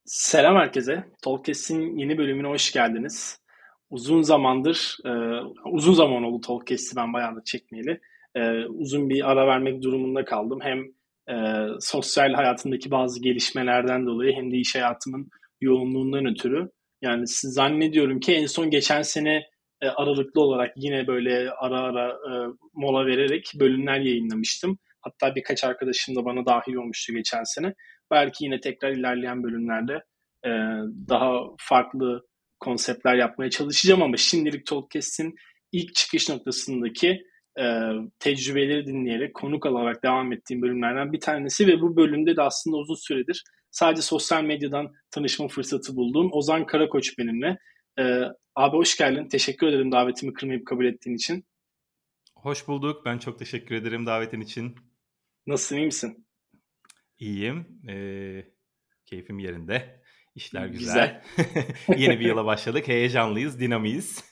Selam herkese. Talkcast'in yeni bölümüne hoş geldiniz. Uzun zamandır, uzun zaman oldu Talkcast'i ben bayağı da çekmeyeli. Uzun bir ara vermek durumunda kaldım. Hem sosyal hayatımdaki bazı gelişmelerden dolayı hem de iş hayatımın yoğunluğundan ötürü. Yani zannediyorum ki en son geçen sene aralıklı olarak yine böyle ara ara mola vererek bölümler yayınlamıştım. Hatta birkaç arkadaşım da bana dahil olmuştu geçen sene. Belki yine tekrar ilerleyen bölümlerde e, daha farklı konseptler yapmaya çalışacağım ama şimdilik Talkcast'in ilk çıkış noktasındaki tecrübeleri dinleyerek konuk alarak devam ettiğim bölümlerden bir tanesi ve bu bölümde de aslında uzun süredir sadece sosyal medyadan tanışma fırsatı bulduğum Ozan Karakoç benimle. E, Abi hoş geldin. Teşekkür ederim davetimi kırmayıp kabul ettiğin için. Hoş bulduk. Ben çok teşekkür ederim davetin için. Nasılsın, iyi misin? İyiyim. Keyfim yerinde. İşler Güzel. güzel. Yeni bir yıla başladık. Heyecanlıyız, dinamiyiz.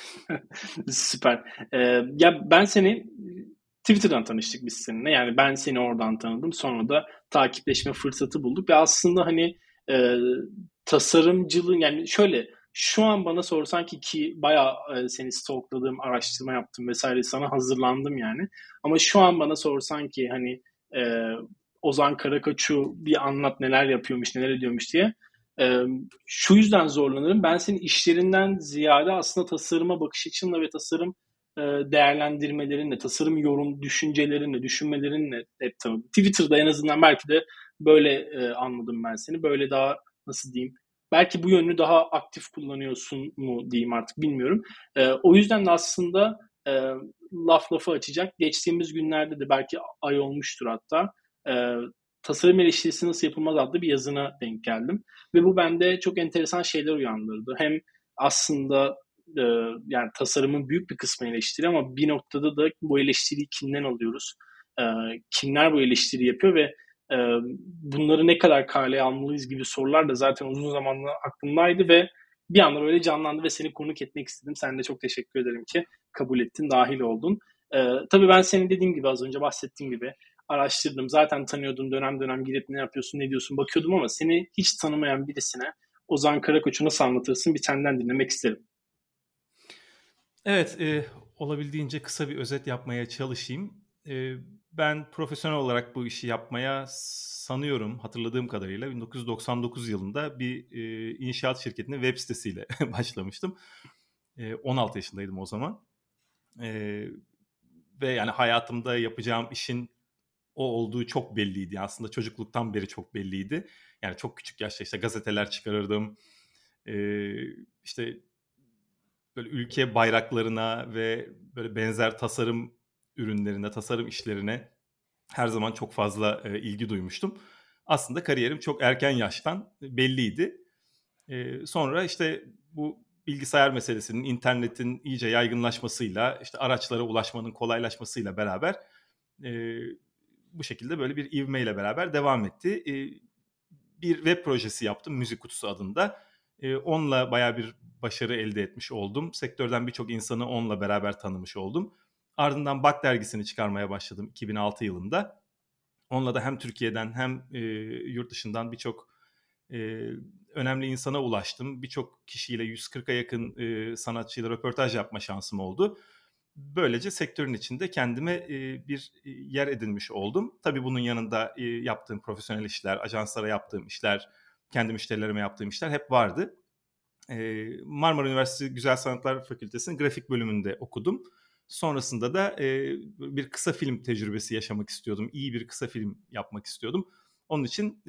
Süper. Ya ben seni Twitter'dan tanıştık biz seninle. Yani ben seni oradan tanıdım. Sonra da takipleşme fırsatı bulduk. Ve aslında hani e, tasarımcılığın yani şöyle şu an bana sorsan ki bayağı seni stalkladım, araştırma yaptım vesaire sana hazırlandım yani. Ama şu an bana sorsan ki hani e, Ozan Karakoç'u bir anlat neler yapıyormuş, neler ediyormuş diye. E, Şu yüzden zorlanırım. Ben senin işlerinden ziyade aslında tasarıma bakış açınla ve tasarım değerlendirmelerinle, tasarım yorum düşüncelerinle, düşünmelerinle hep tanıdım. Twitter'da en azından belki de böyle anladım ben seni. Böyle daha nasıl diyeyim? Belki bu yönünü daha aktif kullanıyorsun mu diyeyim artık bilmiyorum. O yüzden de aslında e, laf lafı açacak. Geçtiğimiz günlerde de belki ay olmuştur hatta. E, Tasarım eleştirisi nasıl yapılmaz adlı bir yazına denk geldim. Ve bu bende çok enteresan şeyler uyandırdı. Hem aslında e, yani tasarımın büyük bir kısmı eleştiri ama bir noktada da bu eleştiriyi kimden alıyoruz? E, Kimler bu eleştiri yapıyor ve e, bunları ne kadar kaleye almalıyız gibi sorular da zaten uzun zamandır aklımdaydı ve bir anda böyle canlandı ve seni konuk etmek istedim. Sen de çok teşekkür ederim ki kabul ettin, dahil oldun. Tabii ben senin dediğim gibi az önce bahsettiğim gibi araştırdım. Zaten tanıyordum dönem dönem gidip ne yapıyorsun, ne diyorsun bakıyordum ama seni hiç tanımayan birisine Ozan Karakoç'u nasıl anlatırsın bir senden dinlemek isterim. Evet, olabildiğince kısa bir özet yapmaya çalışayım. Ben profesyonel olarak bu işi yapmaya sanıyorum, hatırladığım kadarıyla 1999 yılında bir inşaat şirketinin web sitesiyle başlamıştım. 16 yaşındaydım o zaman. Eee, Ve yani hayatımda yapacağım işin o olduğu çok belliydi. Aslında çocukluktan beri çok belliydi. Yani çok küçük yaşta işte gazeteler çıkarırdım. İşte böyle ülke bayraklarına ve böyle benzer tasarım ürünlerine, tasarım işlerine her zaman çok fazla ilgi duymuştum. Aslında kariyerim çok erken yaştan belliydi. Sonra işte bu bilgisayar meselesinin, internetin iyice yaygınlaşmasıyla, işte araçlara ulaşmanın kolaylaşmasıyla beraber eee, bu şekilde böyle bir ivmeyle beraber devam etti. Bir web projesi yaptım Müzik Kutusu adında. Onunla bayağı bir başarı elde etmiş oldum. Sektörden birçok insanı onunla beraber tanımış oldum. Ardından Bak dergisini çıkarmaya başladım 2006 yılında. Onunla da hem Türkiye'den hem yurt dışından birçok e, önemli insana ulaştım. Birçok kişiyle 140'a yakın sanatçıyla röportaj yapma şansım oldu. Böylece sektörün içinde kendime bir yer edinmiş oldum. Tabii bunun yanında yaptığım profesyonel işler, ajanslara yaptığım işler, kendi müşterilerime yaptığım işler hep vardı. Marmara Üniversitesi Güzel Sanatlar Fakültesi'nin grafik bölümünde okudum. Sonrasında da bir kısa film tecrübesi yaşamak istiyordum. İyi bir kısa film yapmak istiyordum. Onun için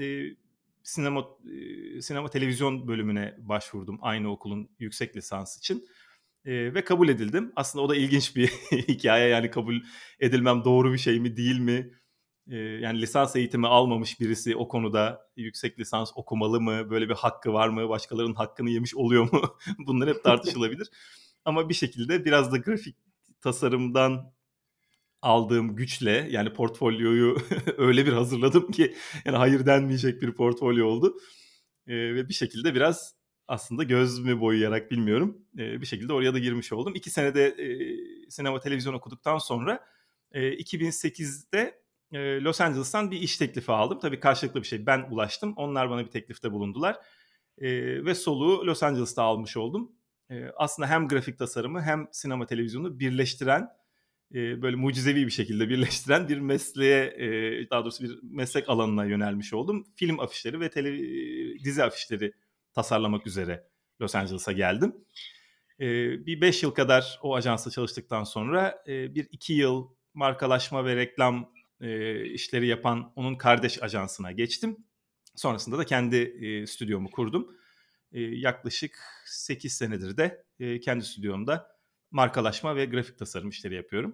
sinema televizyon bölümüne başvurdum aynı okulun yüksek lisansı için. Ve kabul edildim. Aslında o da ilginç bir hikaye. Yani kabul edilmem doğru bir şey mi değil mi? Yani lisans eğitimi almamış birisi o konuda yüksek lisans okumalı mı? Böyle bir hakkı var mı? Başkalarının hakkını yemiş oluyor mu? Bunlar hep tartışılabilir. Ama bir şekilde biraz da grafik tasarımdan aldığım güçle yani portfolyoyu öyle bir hazırladım ki yani hayır denmeyecek bir portfolyo oldu. Ve bir şekilde biraz aslında göz mü boyayarak bilmiyorum. Bir şekilde oraya da girmiş oldum. 2 senede sinema televizyon okuduktan sonra 2008'de Los Angeles'tan bir iş teklifi aldım. Tabii karşılıklı bir şey. Ben ulaştım. Onlar bana bir teklifte bulundular. Ve soluğu Los Angeles'ta almış oldum. Aslında hem grafik tasarımı hem sinema televizyonu birleştiren, böyle mucizevi bir şekilde birleştiren bir mesleğe, daha doğrusu bir meslek alanına yönelmiş oldum. Film afişleri ve dizi afişleri tasarlamak üzere Los Angeles'a geldim. Bir 5 yıl kadar o ajansta çalıştıktan sonra bir 2 yıl markalaşma ve reklam işleri yapan onun kardeş ajansına geçtim. Sonrasında da kendi stüdyomu kurdum. Yaklaşık 8 senedir de kendi stüdyomda markalaşma ve grafik tasarım işleri yapıyorum.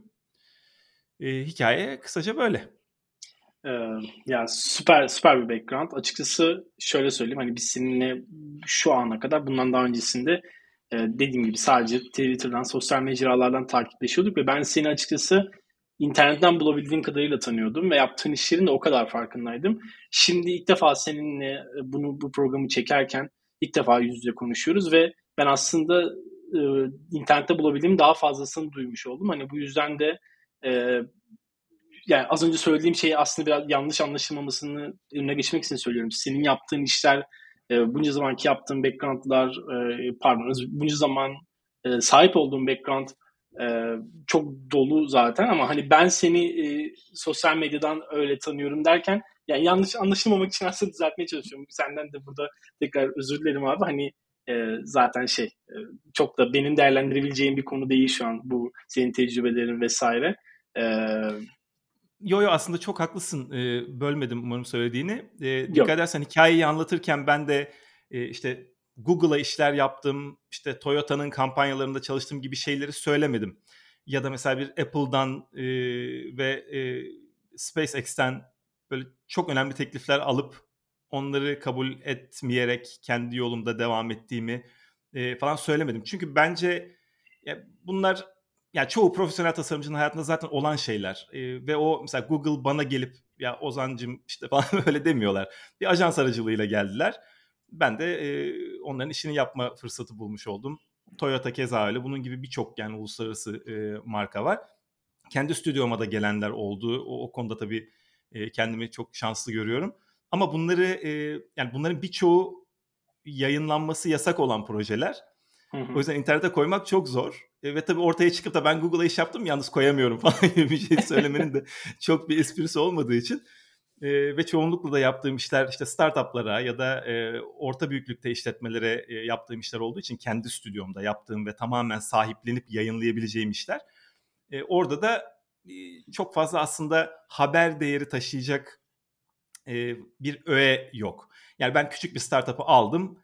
Hikaye kısaca böyle. Ya süper bir background. Açıkçası şöyle söyleyeyim, hani biz seninle şu ana kadar, bundan daha öncesinde dediğim gibi sadece Twitter'dan, sosyal mecralardan takipleşiyorduk ve ben seni açıkçası internetten bulabildiğim kadarıyla tanıyordum ve yaptığın işlerin de o kadar farkındaydım. Şimdi ilk defa seninle bu programı çekerken ilk defa yüz yüze konuşuyoruz ve ben aslında internette bulabildiğim daha fazlasını duymuş oldum. Hani bu yüzden de e, yani az önce söylediğim şeyi aslında biraz yanlış anlaşılmamasını önüne geçmek için söylüyorum. Senin yaptığın işler, bunca zamanki yaptığın backgroundlar, bunca zaman sahip olduğun background e, çok dolu zaten, ama hani ben seni sosyal medyadan öyle tanıyorum derken, yani yanlış anlaşılmamak için aslında düzeltmeye çalışıyorum. Senden de burada tekrar özür dilerim abi. Hani zaten çok da benim değerlendirebileceğim bir konu değil şu an bu senin tecrübelerin vesaire. E, Yo aslında çok haklısın. Bölmedim umarım söylediğini. Dikkat Yok. edersen hikayeyi anlatırken ben de işte Google'a işler yaptım, işte Toyota'nın kampanyalarında çalıştığım gibi şeyleri söylemedim. Ya da mesela bir Apple'dan ve SpaceX'ten böyle çok önemli teklifler alıp onları kabul etmeyerek kendi yolumda devam ettiğimi falan söylemedim. Çünkü bence bunlar, yani çoğu profesyonel tasarımcının hayatında zaten olan şeyler. Ve o mesela Google bana gelip ya Ozan'cım işte falan öyle demiyorlar. Bir ajans aracılığıyla geldiler. Ben de onların işini yapma fırsatı bulmuş oldum. Toyota keza öyle. Bunun gibi birçok yani uluslararası marka var. Kendi stüdyoma da gelenler oldu. O konuda tabii kendimi çok şanslı görüyorum. Ama bunları yani bunların birçoğu yayınlanması yasak olan projeler. Hı O hı. yüzden internete koymak çok zor. Ve tabii ortaya çıkıp da ben Google'a iş yaptım yalnız koyamıyorum falan gibi bir şey söylemenin de çok bir esprisi olmadığı için ve çoğunlukla da yaptığım işler işte startuplara ya da orta büyüklükte işletmelere yaptığım işler olduğu için kendi stüdyomda yaptığım ve tamamen sahiplenip yayınlayabileceğim işler. Orada da çok fazla aslında haber değeri taşıyacak bir öğe yok. Yani ben küçük bir startup'ı aldım.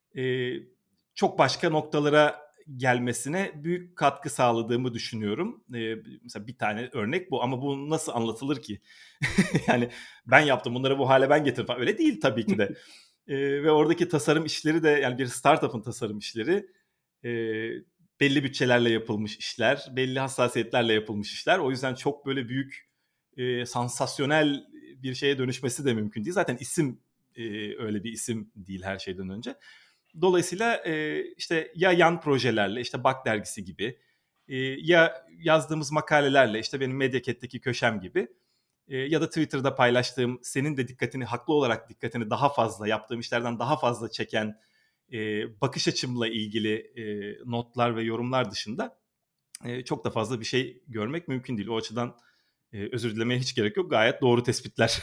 Çok başka noktalara gelmesine büyük katkı sağladığımı düşünüyorum. Mesela bir tane örnek bu, ama bu nasıl anlatılır ki? Yani ben yaptım bunları, bu hale ben getirdim falan. Öyle değil tabii ki de. Ve oradaki tasarım işleri de, yani bir startup'ın tasarım işleri e, belli bütçelerle yapılmış işler, belli hassasiyetlerle yapılmış işler. O yüzden çok böyle büyük, sansasyonel bir şeye dönüşmesi de mümkün değil. Zaten isim öyle bir isim değil her şeyden önce. Dolayısıyla işte ya yan projelerle, işte Bak dergisi gibi, ya yazdığımız makalelerle, işte benim Medyaket'teki köşem gibi, ya da Twitter'da paylaştığım, senin de dikkatini, haklı olarak dikkatini daha fazla, yaptığım işlerden daha fazla çeken bakış açımla ilgili notlar ve yorumlar dışında çok da fazla bir şey görmek mümkün değil. O açıdan özür dilemeye hiç gerek yok. Gayet doğru tespitler.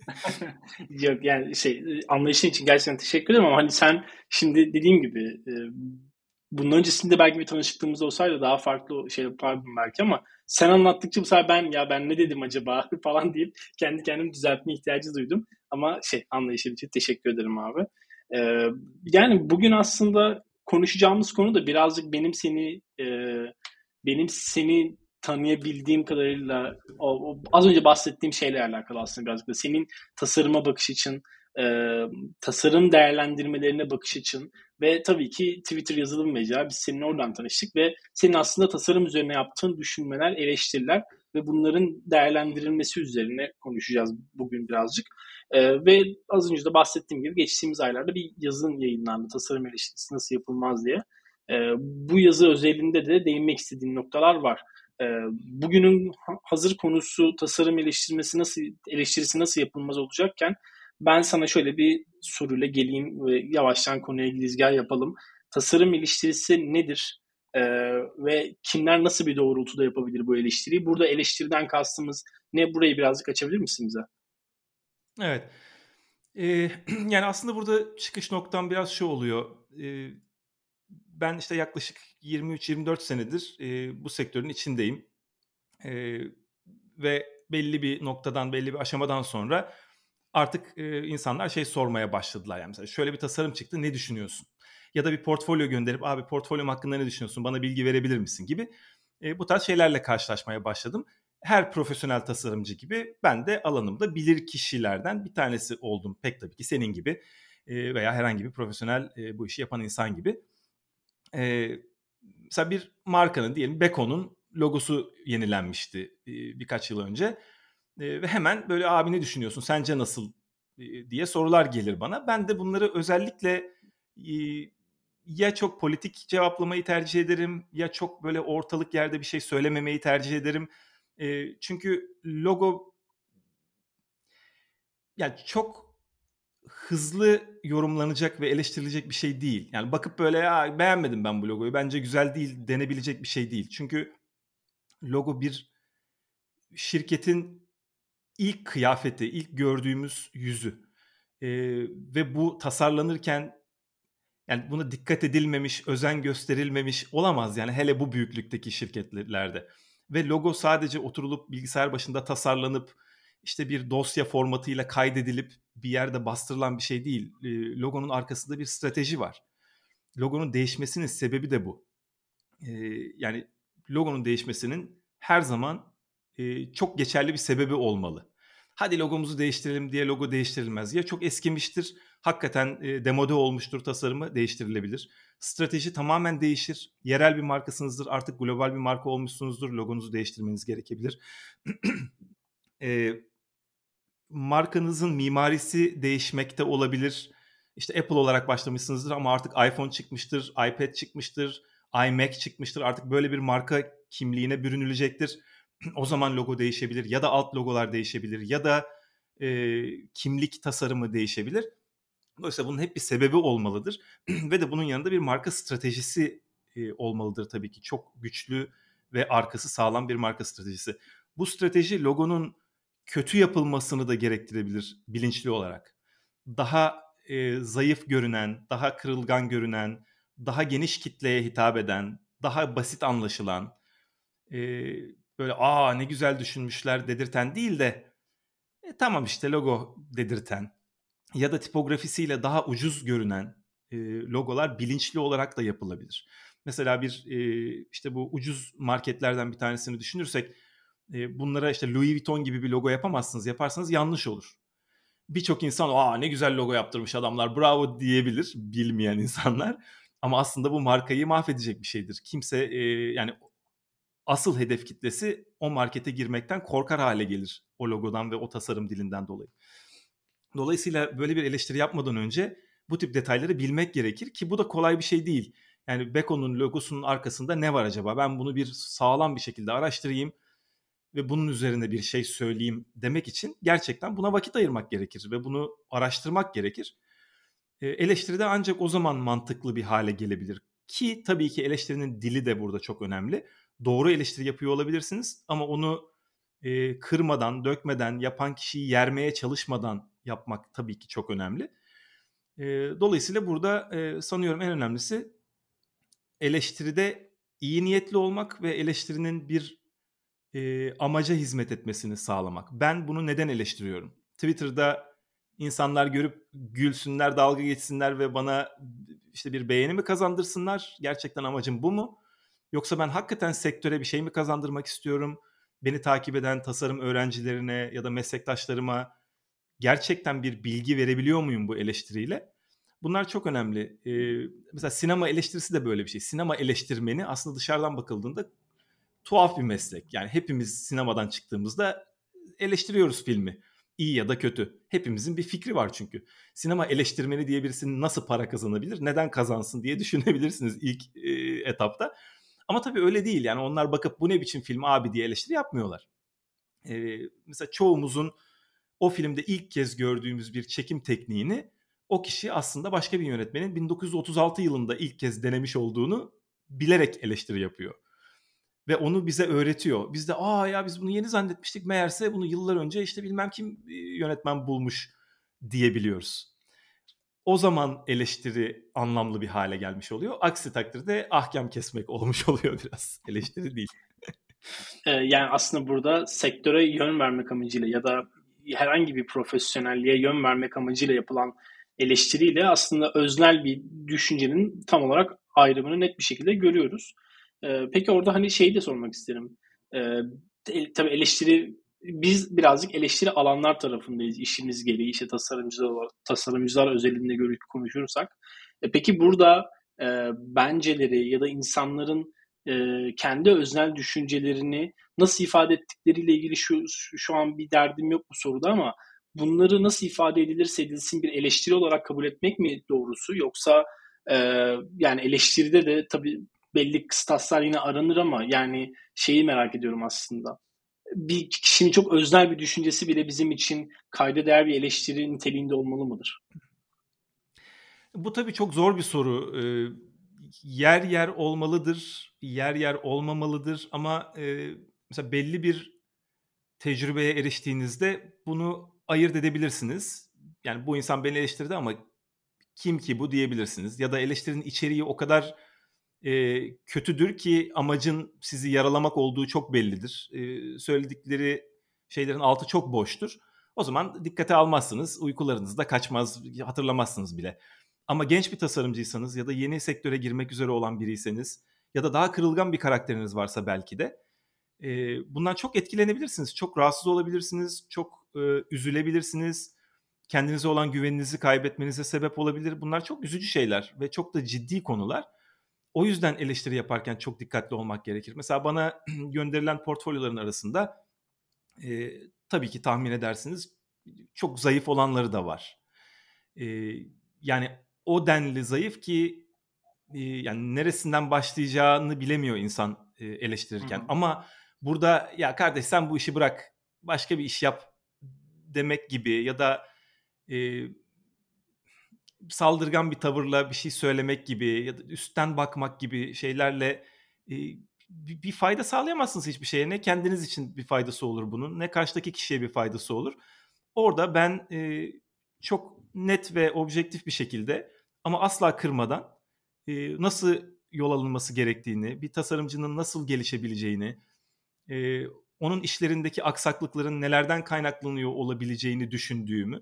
Yok yani anlayışın için gerçekten teşekkür ederim, ama hani sen şimdi dediğim gibi bunun öncesinde belki bir tanışıklığımız olsaydı daha farklı şey yapardım belki, ama sen anlattıkça bu sefer ben ne dedim acaba falan deyip kendi kendimi düzeltme ihtiyacı duydum. Ama anlayışın için teşekkür ederim abi. Yani bugün aslında konuşacağımız konu da birazcık benim seni tanıyabildiğim kadarıyla az önce bahsettiğim şeyle alakalı aslında, birazcık da senin tasarıma bakış için, e, tasarım değerlendirmelerine bakış için ve tabii ki Twitter yazılım mecra, biz seninle oradan tanıştık ve senin aslında tasarım üzerine yaptığın düşünmeler, eleştiriler ve bunların değerlendirilmesi üzerine konuşacağız bugün birazcık. Ve az önce de bahsettiğim gibi geçtiğimiz aylarda bir yazın yayınlandı, tasarım eleştirisi nasıl yapılmaz diye. Bu yazı özelinde de değinmek istediğim noktalar var. Bugünün hazır konusu tasarım eleştirisi nasıl yapılmaz olacakken ben sana şöyle bir soruyla geleyim ve yavaştan konuya girizgah yapalım. Tasarım eleştirisi nedir? Ee, Ve kimler nasıl bir doğrultuda yapabilir bu eleştiriyi? Burada eleştiriden kastımız ne? Burayı birazcık açabilir misin bize? Evet. Yani aslında burada çıkış noktam biraz şu oluyor. Ben işte yaklaşık 23-24 senedir bu sektörün içindeyim. Eee, Ve belli bir noktadan, belli bir aşamadan sonra artık insanlar şey sormaya başladılar. Yani mesela şöyle bir tasarım çıktı, ne düşünüyorsun? Ya da bir portfolyo gönderip abi portfolyom hakkında ne düşünüyorsun? Bana bilgi verebilir misin gibi bu tarz şeylerle karşılaşmaya başladım. Her profesyonel tasarımcı gibi ben de alanımda bilir kişilerden bir tanesi oldum. Pek tabii ki senin gibi veya herhangi bir profesyonel bu işi yapan insan gibi. Eee, Mesela bir markanın diyelim Beko'nun logosu yenilenmişti birkaç yıl önce. Ve hemen böyle abi ne düşünüyorsun? Sence nasıl? Diye sorular gelir bana. Ben de bunları özellikle eee, ya çok politik cevaplamayı tercih ederim ya çok böyle ortalık yerde bir şey söylememeyi tercih ederim. Çünkü logo yani çok hızlı yorumlanacak ve eleştirilecek bir şey değil. Yani bakıp böyle ya beğenmedim ben bu logoyu, bence güzel değil denebilecek bir şey değil. Çünkü logo bir şirketin ilk kıyafeti, ilk gördüğümüz yüzü. Ve bu tasarlanırken yani buna dikkat edilmemiş, özen gösterilmemiş olamaz yani hele bu büyüklükteki şirketlerde. Ve logo sadece oturulup bilgisayar başında tasarlanıp işte bir dosya formatıyla kaydedilip bir yerde bastırılan bir şey değil. Logonun arkasında bir strateji var. Logonun değişmesinin sebebi de bu. Yani logonun değişmesinin her zaman çok geçerli bir sebebi olmalı. Hadi logomuzu değiştirelim diye logo değiştirilmez. Ya çok eskimiştir, hakikaten demode olmuştur tasarımı, değiştirilebilir. Strateji tamamen değişir. Yerel bir markasınızdır, artık global bir marka olmuşsunuzdur, logonuzu değiştirmeniz gerekebilir. Eee, Markanızın mimarisi değişmekte olabilir. İşte Apple olarak başlamışsınızdır ama artık iPhone çıkmıştır, iPad çıkmıştır, iMac çıkmıştır. Artık böyle bir marka kimliğine bürünülecektir. O zaman logo değişebilir ya da alt logolar değişebilir ya da kimlik tasarımı değişebilir. Dolayısıyla bunun hep bir sebebi olmalıdır ve de bunun yanında bir marka stratejisi olmalıdır tabii ki. Çok güçlü ve arkası sağlam bir marka stratejisi. Bu strateji logonun kötü yapılmasını da gerektirebilir bilinçli olarak. Daha zayıf görünen, daha kırılgan görünen, daha geniş kitleye hitap eden, daha basit anlaşılan, böyle "A, ne güzel düşünmüşler." dedirten değil de tamam işte logo dedirten ya da tipografisiyle daha ucuz görünen logolar bilinçli olarak da yapılabilir. Mesela bir işte bu ucuz marketlerden bir tanesini düşünürsek bunlara işte Louis Vuitton gibi bir logo yapamazsınız. Yaparsanız yanlış olur. Birçok insan "Aa, ne güzel logo yaptırmış adamlar, bravo." diyebilir bilmeyen insanlar. Ama aslında bu markayı mahvedecek bir şeydir. Kimse yani asıl hedef kitlesi o markete girmekten korkar hale gelir o logodan ve o tasarım dilinden dolayı. Dolayısıyla böyle bir eleştiri yapmadan önce bu tip detayları bilmek gerekir ki bu da kolay bir şey değil. Yani Beko'nun logosunun arkasında ne var acaba? Ben bunu bir sağlam bir şekilde araştırayım ve bunun üzerine bir şey söyleyeyim demek için gerçekten buna vakit ayırmak gerekir ve bunu araştırmak gerekir. Eleştiri de ancak o zaman mantıklı bir hale gelebilir ki tabii ki eleştirinin dili de burada çok önemli. Doğru eleştiri yapıyor olabilirsiniz ama onu kırmadan, dökmeden, yapan kişiyi yermeye çalışmadan yapmak tabii ki çok önemli. Dolayısıyla burada sanıyorum en önemlisi eleştiride iyi niyetli olmak ve eleştirinin bir amaca hizmet etmesini sağlamak. Ben bunu neden eleştiriyorum? Twitter'da insanlar görüp gülsünler, dalga geçsinler ve bana işte bir beğeni mi kazandırsınlar? Gerçekten amacım bu mu? Yoksa ben hakikaten sektöre bir şey mi kazandırmak istiyorum? Beni takip eden tasarım öğrencilerine ya da meslektaşlarıma gerçekten bir bilgi verebiliyor muyum bu eleştiriyle? Bunlar çok önemli. Mesela sinema eleştirisi de böyle bir şey. Sinema eleştirmeni aslında dışarıdan bakıldığında tuhaf bir meslek. Yani hepimiz sinemadan çıktığımızda eleştiriyoruz filmi. İyi ya da kötü. Hepimizin bir fikri var çünkü. Sinema eleştirmeni diye birisinin nasıl para kazanabilir, neden kazansın diye düşünebilirsiniz ilk etapta. Ama tabii öyle değil, yani onlar bakıp bu ne biçim film abi diye eleştiri yapmıyorlar. Mesela çoğumuzun o filmde ilk kez gördüğümüz bir çekim tekniğini o kişi aslında başka bir yönetmenin 1936 yılında ilk kez denemiş olduğunu bilerek eleştiri yapıyor. Ve onu bize öğretiyor. Biz de ya biz bunu yeni zannetmiştik, meğerse bunu yıllar önce işte bilmem kim yönetmen bulmuş diyebiliyoruz. O zaman eleştiri anlamlı bir hale gelmiş oluyor. Aksi takdirde ahkam kesmek olmuş oluyor biraz. Eleştiri değil. Yani aslında burada sektöre yön vermek amacıyla ya da herhangi bir profesyonelliğe yön vermek amacıyla yapılan eleştiriyle aslında öznel bir düşüncenin tam olarak ayrımını net bir şekilde görüyoruz. Peki orada hani şeyi de sormak isterim. Tabii biz birazcık eleştiri alanlar tarafındayız işimiz gereği, işte tasarımcılar özelinde konuşursak. Peki burada benceleri ya da insanların kendi öznel düşüncelerini nasıl ifade ettikleriyle ilgili şu an bir derdim yok bu soruda, ama bunları nasıl ifade edilirse edilsin bir eleştiri olarak kabul etmek mi doğrusu, yoksa e, yani eleştiride de tabii belli kıstaslar yine aranır, ama yani şeyi merak ediyorum aslında. Bir kişinin çok öznel bir düşüncesi bile bizim için kayda değer bir eleştiri niteliğinde olmalı mıdır? Bu tabii çok zor bir soru. Yer yer olmalıdır, yer yer olmamalıdır ama mesela belli bir tecrübeye eriştiğinizde bunu ayırt edebilirsiniz. Yani bu insan beni eleştirdi ama kim ki bu diyebilirsiniz. Ya da eleştirinin içeriği o kadar kötüdür ki amacın sizi yaralamak olduğu çok bellidir. Söyledikleri şeylerin altı çok boştur. O zaman dikkate almazsınız, uykularınız da kaçmaz, hatırlamazsınız bile. Ama genç bir tasarımcıysanız ya da yeni sektöre girmek üzere olan biriyseniz ya da daha kırılgan bir karakteriniz varsa belki de bundan çok etkilenebilirsiniz. Çok rahatsız olabilirsiniz, çok üzülebilirsiniz. Kendinize olan güveninizi kaybetmenize sebep olabilir. Bunlar çok üzücü şeyler ve çok da ciddi konular. O yüzden eleştiri yaparken çok dikkatli olmak gerekir. Mesela bana gönderilen portfolyoların arasında tabii ki tahmin edersiniz çok zayıf olanları da var. Yani o denli zayıf ki yani neresinden başlayacağını bilemiyor insan Hı eleştirirken. hı. Ama burada ya kardeş sen bu işi bırak, başka bir iş yap demek gibi ya da e, saldırgan bir tavırla bir şey söylemek gibi ya da üstten bakmak gibi şeylerle e, bir fayda sağlayamazsınız hiçbir şeye. Ne kendiniz için bir faydası olur bunun, ne karşıdaki kişiye bir faydası olur. Orada ben çok net ve objektif bir şekilde ama asla kırmadan nasıl yol alınması gerektiğini, bir tasarımcının nasıl gelişebileceğini, onun işlerindeki aksaklıkların nelerden kaynaklanıyor olabileceğini düşündüğümü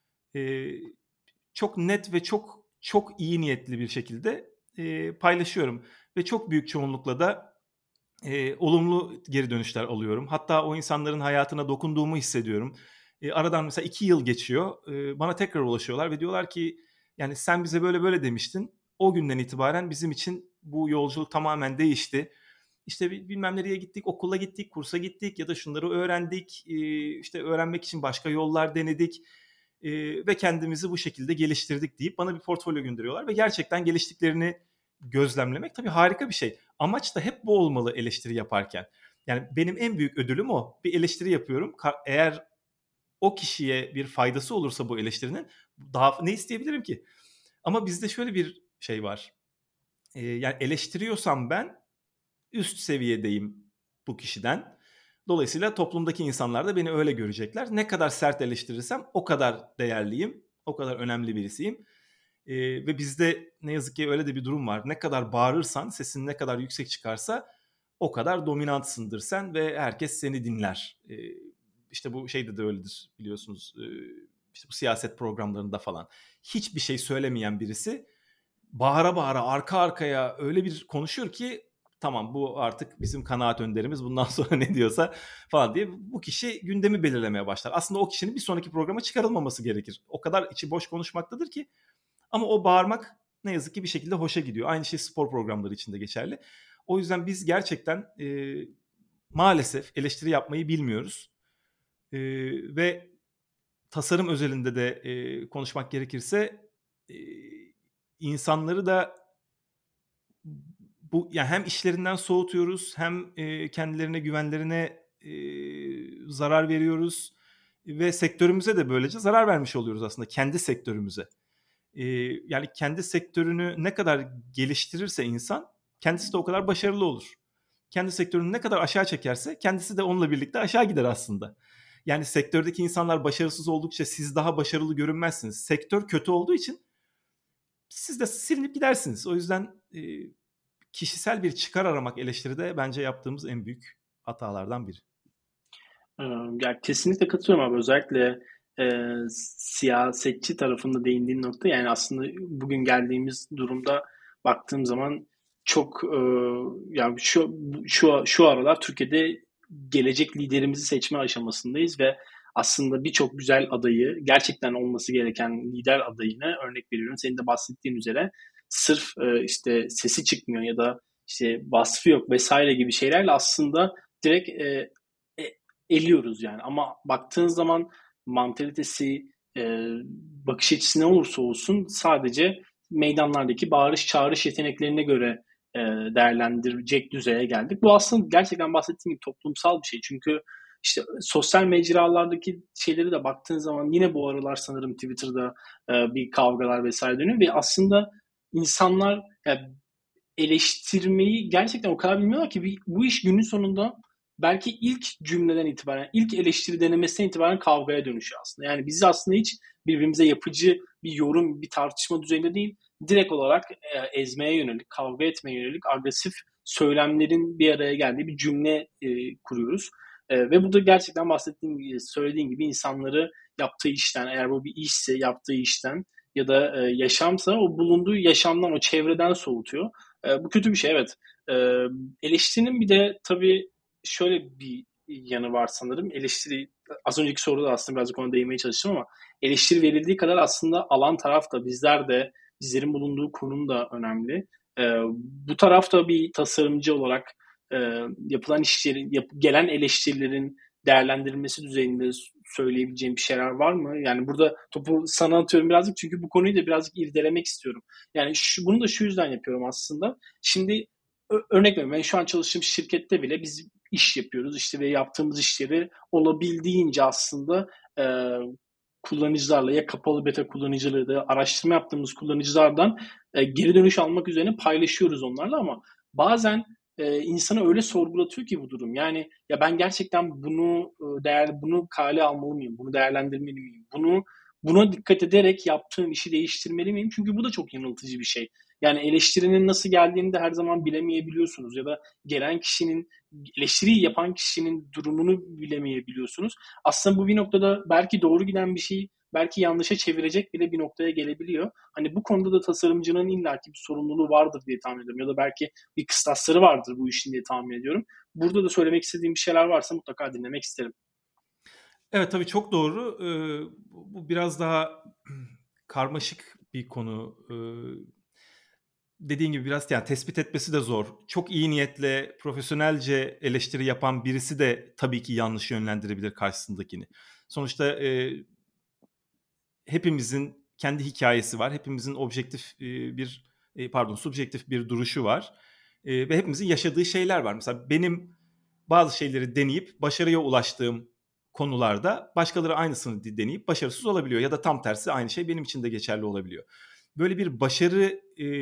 çok net ve çok çok iyi niyetli bir şekilde paylaşıyorum ve çok büyük çoğunlukla da olumlu geri dönüşler alıyorum. Hatta o insanların hayatına dokunduğumu hissediyorum. Aradan mesela 2 yıl geçiyor. Bana tekrar ulaşıyorlar ve diyorlar ki yani sen bize böyle böyle demiştin. O günden itibaren bizim için bu yolculuk tamamen değişti. İşte bilmem nereye gittik, okula gittik, kursa gittik ya da şunları öğrendik. İşte öğrenmek için başka yollar denedik. Ve kendimizi bu şekilde geliştirdik deyip bana bir portfolyo gönderiyorlar ve gerçekten geliştiklerini gözlemlemek tabii harika bir şey. Amaç da hep bu olmalı eleştiri yaparken. Yani benim en büyük ödülüm o. Bir eleştiri yapıyorum. Eğer o kişiye bir faydası olursa bu eleştirinin daha ne isteyebilirim ki? Ama bizde şöyle bir şey var. Yani eleştiriyorsam ben üst seviyedeyim bu kişiden. Dolayısıyla toplumdaki insanlar da beni öyle görecekler. Ne kadar sert eleştirirsem o kadar değerliyim, o kadar önemli birisiyim. Ve bizde ne yazık ki öyle de bir durum var. Ne kadar bağırırsan, sesin ne kadar yüksek çıkarsa o kadar dominantsındır sen ve herkes seni dinler. İşte bu şeyde de öyledir biliyorsunuz. İşte bu siyaset programlarında falan. Hiçbir şey söylemeyen birisi bağıra bağıra arka arkaya öyle bir konuşuyor ki tamam bu artık bizim kanaat önderimiz bundan sonra ne diyorsa falan diye bu kişi gündemi belirlemeye başlar. Aslında o kişinin bir sonraki programa çıkarılmaması gerekir. O kadar içi boş konuşmaktadır ki ama o bağırmak ne yazık ki bir şekilde hoşa gidiyor. Aynı şey spor programları için de geçerli. O yüzden biz gerçekten maalesef eleştiri yapmayı bilmiyoruz. Ve tasarım özelinde de konuşmak gerekirse insanları da bu yani hem işlerinden soğutuyoruz hem, kendilerine güvenlerine, zarar veriyoruz ve sektörümüze de böylece zarar vermiş oluyoruz aslında, kendi sektörümüze. Yani kendi sektörünü ne kadar geliştirirse insan kendisi de o kadar başarılı olur. Kendi sektörünü ne kadar aşağı çekerse kendisi de onunla birlikte aşağı gider aslında. Yani sektördeki insanlar başarısız oldukça siz daha başarılı görünmezsiniz. Sektör kötü olduğu için siz de silinip gidersiniz. O yüzden, kişisel bir çıkar aramak eleştiride bence yaptığımız en büyük hatalardan biri. Ya kesinlikle katılıyorum abi. Özellikle siyasetçi tarafında değindiğin nokta, yani aslında bugün geldiğimiz durumda baktığım zaman çok yani şu aralar Türkiye'de gelecek liderimizi seçme aşamasındayız ve aslında birçok güzel adayı, gerçekten olması gereken lider adayını, örnek veriyorum senin de bahsettiğin üzere, sırf işte sesi çıkmıyor ya da işte vasfı yok vesaire gibi şeylerle aslında direkt eliyoruz yani. Ama baktığın zaman mantalitesi, bakış açısı ne olursa olsun sadece meydanlardaki bağırış çağırış yeteneklerine göre değerlendirecek düzeye geldik. Bu aslında gerçekten bahsettiğim gibi toplumsal bir şey. Çünkü işte sosyal mecralardaki şeyleri de baktığın zaman yine bu aralar sanırım Twitter'da bir kavgalar vesaire dönüyor ve aslında insanlar yani eleştirmeyi gerçekten o kadar bilmiyorlar ki bu iş günün sonunda belki ilk cümleden itibaren, ilk eleştiri denemesinden itibaren kavgaya dönüşüyor aslında. Yani biz aslında hiç birbirimize yapıcı bir yorum, bir tartışma düzeyinde değil, direkt olarak ezmeye yönelik, kavga etmeye yönelik agresif söylemlerin bir araya geldiği bir cümle kuruyoruz. Ve bu da gerçekten bahsettiğim, söylediğim gibi insanları yaptığı işten, eğer bu bir işse yaptığı işten ya da yaşamsa o bulunduğu yaşamdan, o çevreden soğutuyor. Bu kötü bir şey, evet. Eleştirinin bir de tabii şöyle bir yanı var sanırım. Eleştiri, az önceki soruda da aslında birazcık ona değinmeye çalıştım ama eleştiri verildiği kadar aslında alan taraf da, bizler de, bizlerin bulunduğu konum da önemli. Bu tarafta bir tasarımcı olarak e, yapılan işlerin, gelen eleştirilerin değerlendirilmesi düzeyinde söyleyebileceğim bir şeyler var mı? Yani burada topu sana atıyorum birazcık, çünkü bu konuyu da birazcık irdelemek istiyorum. Yani bunu da şu yüzden yapıyorum aslında. Şimdi örnek veriyorum, ben şu an çalıştığım şirkette bile biz iş yapıyoruz işte ve yaptığımız işleri olabildiğince aslında e, kullanıcılarla, ya kapalı beta kullanıcıları da araştırma yaptığımız kullanıcılardan geri dönüş almak üzerine paylaşıyoruz onlarla, ama bazen insanı öyle sorgulatıyor ki bu durum. Yani ya ben gerçekten bunu kale almalı mıyım? Bunu değerlendirmeli miyim? Buna dikkat ederek yaptığım işi değiştirmeli miyim? Çünkü bu da çok yanıltıcı bir şey. Yani eleştirinin nasıl geldiğini de her zaman bilemeyebiliyorsunuz ya da gelen kişinin, eleştiriyi yapan kişinin durumunu bilemeyebiliyorsunuz. Aslında bu bir noktada belki doğru giden bir şey, belki yanlışa çevirecek bile bir noktaya gelebiliyor. Hani bu konuda da tasarımcının illaki bir sorumluluğu vardır diye tahmin ediyorum. Ya da belki bir kıstasları vardır bu işin diye tahmin ediyorum. Burada da söylemek istediğim bir şeyler varsa mutlaka dinlemek isterim. Evet, tabii çok doğru. Bu biraz daha karmaşık bir konu. Dediğin gibi biraz yani tespit etmesi de zor. Çok iyi niyetle, profesyonelce eleştiri yapan birisi de tabii ki yanlış yönlendirebilir karşısındakini. Sonuçta, hepimizin kendi hikâyesi var. Hepimizin objektif, subjektif bir duruşu var, ve hepimizin yaşadığı şeyler var. Mesela benim bazı şeyleri deneyip başarıya ulaştığım konularda başkaları aynısını deneyip başarısız olabiliyor ya da tam tersi aynı şey benim için de geçerli olabiliyor. Böyle bir başarı,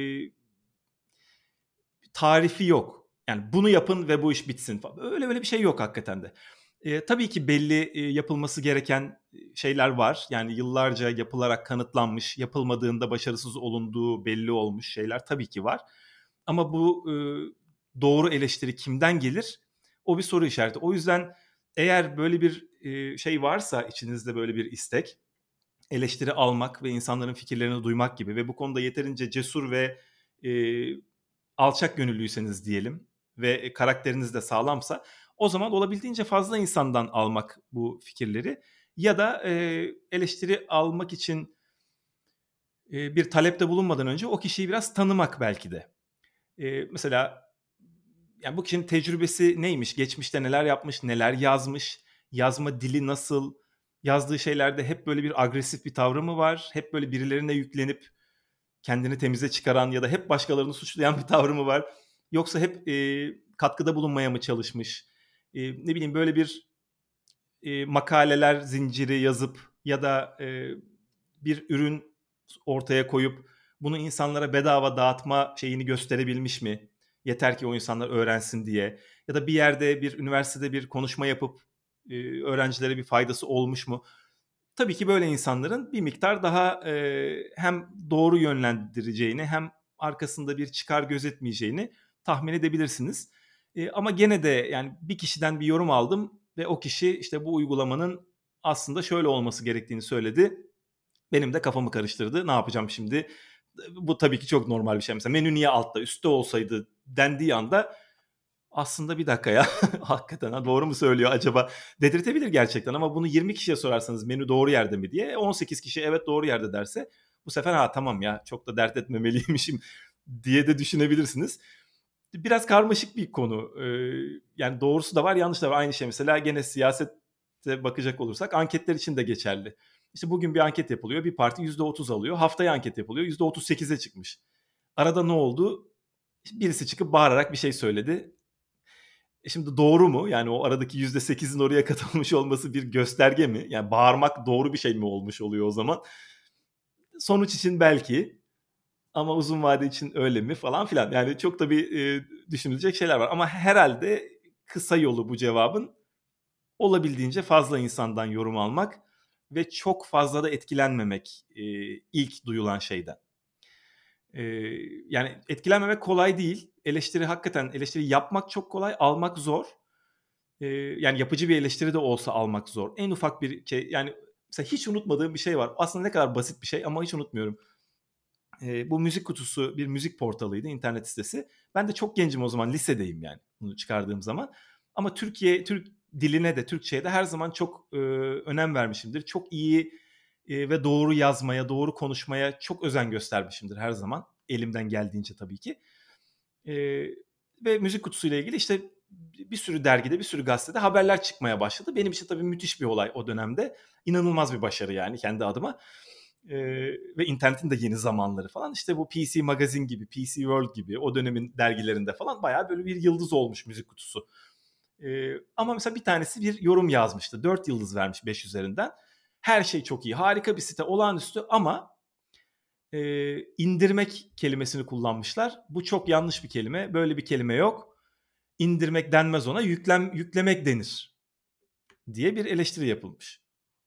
tarifi yok. Yani bunu yapın ve bu iş bitsin falan. Öyle bir şey yok hakikaten de. Tabii ki belli, yapılması gereken şeyler var. Yani yıllarca yapılarak kanıtlanmış, yapılmadığında başarısız olunduğu belli olmuş şeyler tabii ki var. Ama bu, doğru eleştiri kimden gelir? O bir soru işareti. O yüzden eğer böyle bir, şey varsa içinizde böyle bir istek, eleştiri almak ve insanların fikirlerini duymak gibi ve bu konuda yeterince cesur ve, alçak gönüllüyseniz diyelim ve karakteriniz de sağlamsa o zaman olabildiğince fazla insandan almak bu fikirleri ya da, eleştiri almak için, bir talepte bulunmadan önce o kişiyi biraz tanımak belki de. Mesela, yani, bu kişinin tecrübesi neymiş, geçmişte neler yapmış, neler yazmış, yazma dili nasıl, yazdığı şeylerde hep böyle bir agresif bir tavrı mı var, hep böyle birilerine yüklenip kendini temize çıkaran ya da hep başkalarını suçlayan bir tavrı mı var? Yoksa hep katkıda bulunmaya mı çalışmış? Ne bileyim böyle bir makaleler zinciri yazıp ya da bir ürün ortaya koyup bunu insanlara bedava dağıtma şeyini gösterebilmiş mi? Yeter ki o insanlar öğrensin diye. Ya da bir yerde, bir üniversitede bir konuşma yapıp öğrencilere bir faydası olmuş mu? Tabii ki böyle insanların bir miktar daha hem doğru yönlendireceğini hem arkasında bir çıkar gözetmeyeceğini tahmin edebilirsiniz. Ama gene de yani bir kişiden bir yorum aldım ve o kişi işte bu uygulamanın aslında şöyle olması gerektiğini söyledi. Benim de kafamı karıştırdı. Ne yapacağım şimdi? Bu tabii ki çok normal bir şey. Mesela menü niye altta, üstte olsaydı dendiği anda aslında bir dakika ya hakikaten ha, doğru mu söylüyor acaba dedirtebilir gerçekten ama bunu 20 kişiye sorarsanız menü doğru yerde mi diye 18 kişi evet doğru yerde derse bu sefer ha tamam ya çok da dert etmemeliymişim diye de düşünebilirsiniz. Biraz karmaşık bir konu. Yani doğrusu da var, yanlış da var. Aynı şey mesela gene siyasete bakacak olursak anketler için de geçerli. İşte bugün bir anket yapılıyor. Bir parti %30 alıyor. Haftaya anket yapılıyor. %38'e çıkmış. Arada ne oldu? Birisi çıkıp bağırarak bir şey söyledi. Şimdi doğru mu? Yani o aradaki %8'in oraya katılmış olması bir gösterge mi? Yani bağırmak doğru bir şey mi olmuş oluyor o zaman? Sonuç için belki ama uzun vade için öyle mi falan filan. Yani çok da bir düşünülecek şeyler var. Ama herhalde kısa yolu bu cevabın olabildiğince fazla insandan yorum almak ve çok fazla da etkilenmemek ilk duyulan şeyden. Yani etkilenmemek kolay değil. Eleştiri yapmak çok kolay, almak zor. Yani yapıcı bir eleştiri de olsa almak zor. En ufak bir yani mesela hiç unutmadığım bir şey var. Aslında ne kadar basit bir şey ama hiç unutmuyorum. Bu Müzik Kutusu bir müzik portalıydı, internet sitesi. Ben de çok gencim o zaman, lisedeyim yani bunu çıkardığım zaman. Ama Türk diline de, Türkçeye de her zaman çok önem vermişimdir. Çok iyi ve doğru yazmaya, doğru konuşmaya çok özen göstermişimdir her zaman. Elimden geldiğince tabii ki. Ve Müzik Kutusuyla ilgili işte bir sürü dergide, bir sürü gazetede haberler çıkmaya başladı. Benim için tabii müthiş bir olay o dönemde. İnanılmaz bir başarı yani kendi adıma. Ve internetin de yeni zamanları falan. İşte bu PC Magazine gibi, PC World gibi o dönemin dergilerinde falan bayağı böyle bir yıldız olmuş Müzik Kutusu. Ama mesela bir tanesi bir yorum yazmıştı. 4 yıldız vermiş 5 üzerinden. Her şey çok iyi, harika bir site, olağanüstü ama indirmek kelimesini kullanmışlar. Bu çok yanlış bir kelime. Böyle bir kelime yok. İndirmek denmez ona, yüklemek denir diye bir eleştiri yapılmış.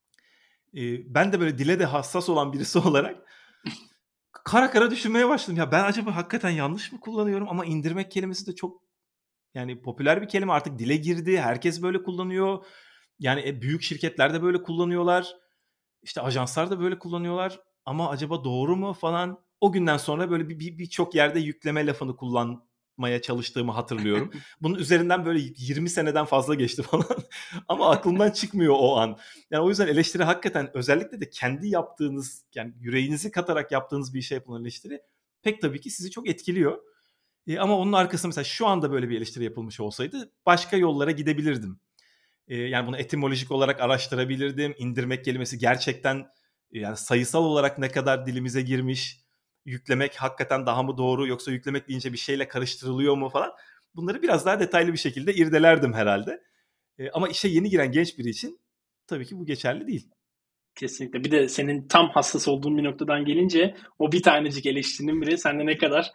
Ben de böyle dile de hassas olan birisi olarak kara kara düşünmeye başladım. Ya ben acaba hakikaten yanlış mı kullanıyorum? Ama indirmek kelimesi de çok yani popüler bir kelime, artık dile girdi. Herkes böyle kullanıyor. Yani büyük şirketler de böyle kullanıyorlar. İşte ajanslar da böyle kullanıyorlar ama acaba doğru mu falan. O günden sonra böyle birçok yerde yükleme lafını kullanmaya çalıştığımı hatırlıyorum. Bunun üzerinden böyle 20 seneden fazla geçti falan ama aklımdan çıkmıyor o an. Yani o yüzden eleştiri hakikaten, özellikle de kendi yaptığınız, yani yüreğinizi katarak yaptığınız bir işe yapılan eleştiri pek tabii ki sizi çok etkiliyor. Ama onun arkasında mesela şu anda böyle bir eleştiri yapılmış olsaydı başka yollara gidebilirdim. Yani bunu etimolojik olarak araştırabilirdim. İndirmek kelimesi gerçekten yani sayısal olarak ne kadar dilimize girmiş, yüklemek hakikaten daha mı doğru yoksa yüklemek deyince bir şeyle karıştırılıyor mu falan. Bunları biraz daha detaylı bir şekilde irdelerdim herhalde. Ama işe yeni giren genç biri için tabii ki bu geçerli değil. Kesinlikle. Bir de senin tam hassas olduğun bir noktadan gelince o bir tanecik eleştirinin bile sende ne kadar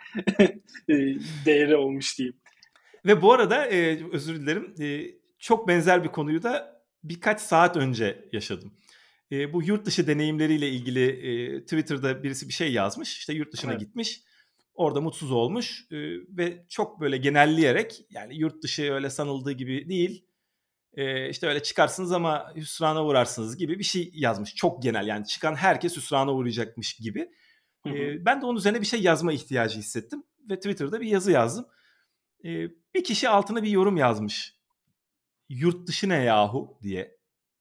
değeri olmuş diyeyim. Ve bu arada özür dilerim, çok benzer bir konuyu da birkaç saat önce yaşadım. Bu yurt dışı deneyimleriyle ilgili Twitter'da birisi bir şey yazmış. İşte yurt dışına Evet. gitmiş. Orada mutsuz olmuş ve çok böyle genelleyerek, yani yurt dışı öyle sanıldığı gibi değil. İşte öyle çıkarsınız ama hüsrana uğrarsınız gibi bir şey yazmış. Çok genel, yani çıkan herkes hüsrana uğrayacakmış gibi. Hı hı. Ben de onun üzerine bir şey yazma ihtiyacı hissettim ve Twitter'da bir yazı yazdım. Bir kişi altına bir yorum yazmış. Yurt dışı ne yahu diye.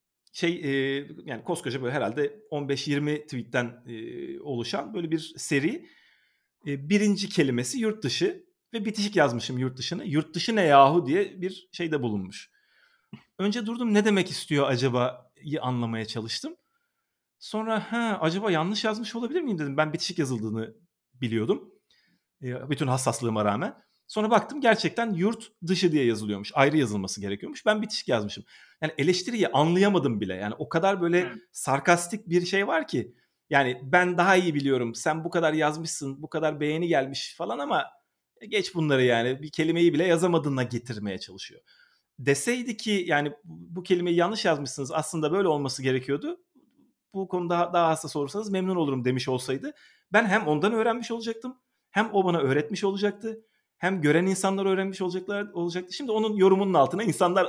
Yani koskoca böyle herhalde 15-20 tweetten oluşan böyle bir seri. Birinci kelimesi yurt dışı ve bitişik yazmışım yurt dışını. Yurt dışı ne yahu diye bir şeyde bulunmuş. Önce durdum, ne demek istiyor acaba'yı anlamaya çalıştım. Sonra acaba yanlış yazmış olabilir miyim dedim. Ben bitişik yazıldığını biliyordum. Bütün hassaslığıma rağmen. Sonra baktım gerçekten yurt dışı diye yazılıyormuş. Ayrı yazılması gerekiyormuş. Ben bitişik yazmışım. Yani eleştiriyi anlayamadım bile. Yani o kadar böyle Evet. sarkastik bir şey var ki. Yani ben daha iyi biliyorum. Sen bu kadar yazmışsın, bu kadar beğeni gelmiş falan ama geç bunları yani. Bir kelimeyi bile yazamadığına getirmeye çalışıyor. Deseydi ki yani bu kelimeyi yanlış yazmışsınız. Aslında böyle olması gerekiyordu. Bu konuda daha hassas olursanız memnun olurum demiş olsaydı ben hem ondan öğrenmiş olacaktım, hem o bana öğretmiş olacaktı, hem gören insanlar öğrenmiş olacaktı. Şimdi onun yorumunun altına insanlar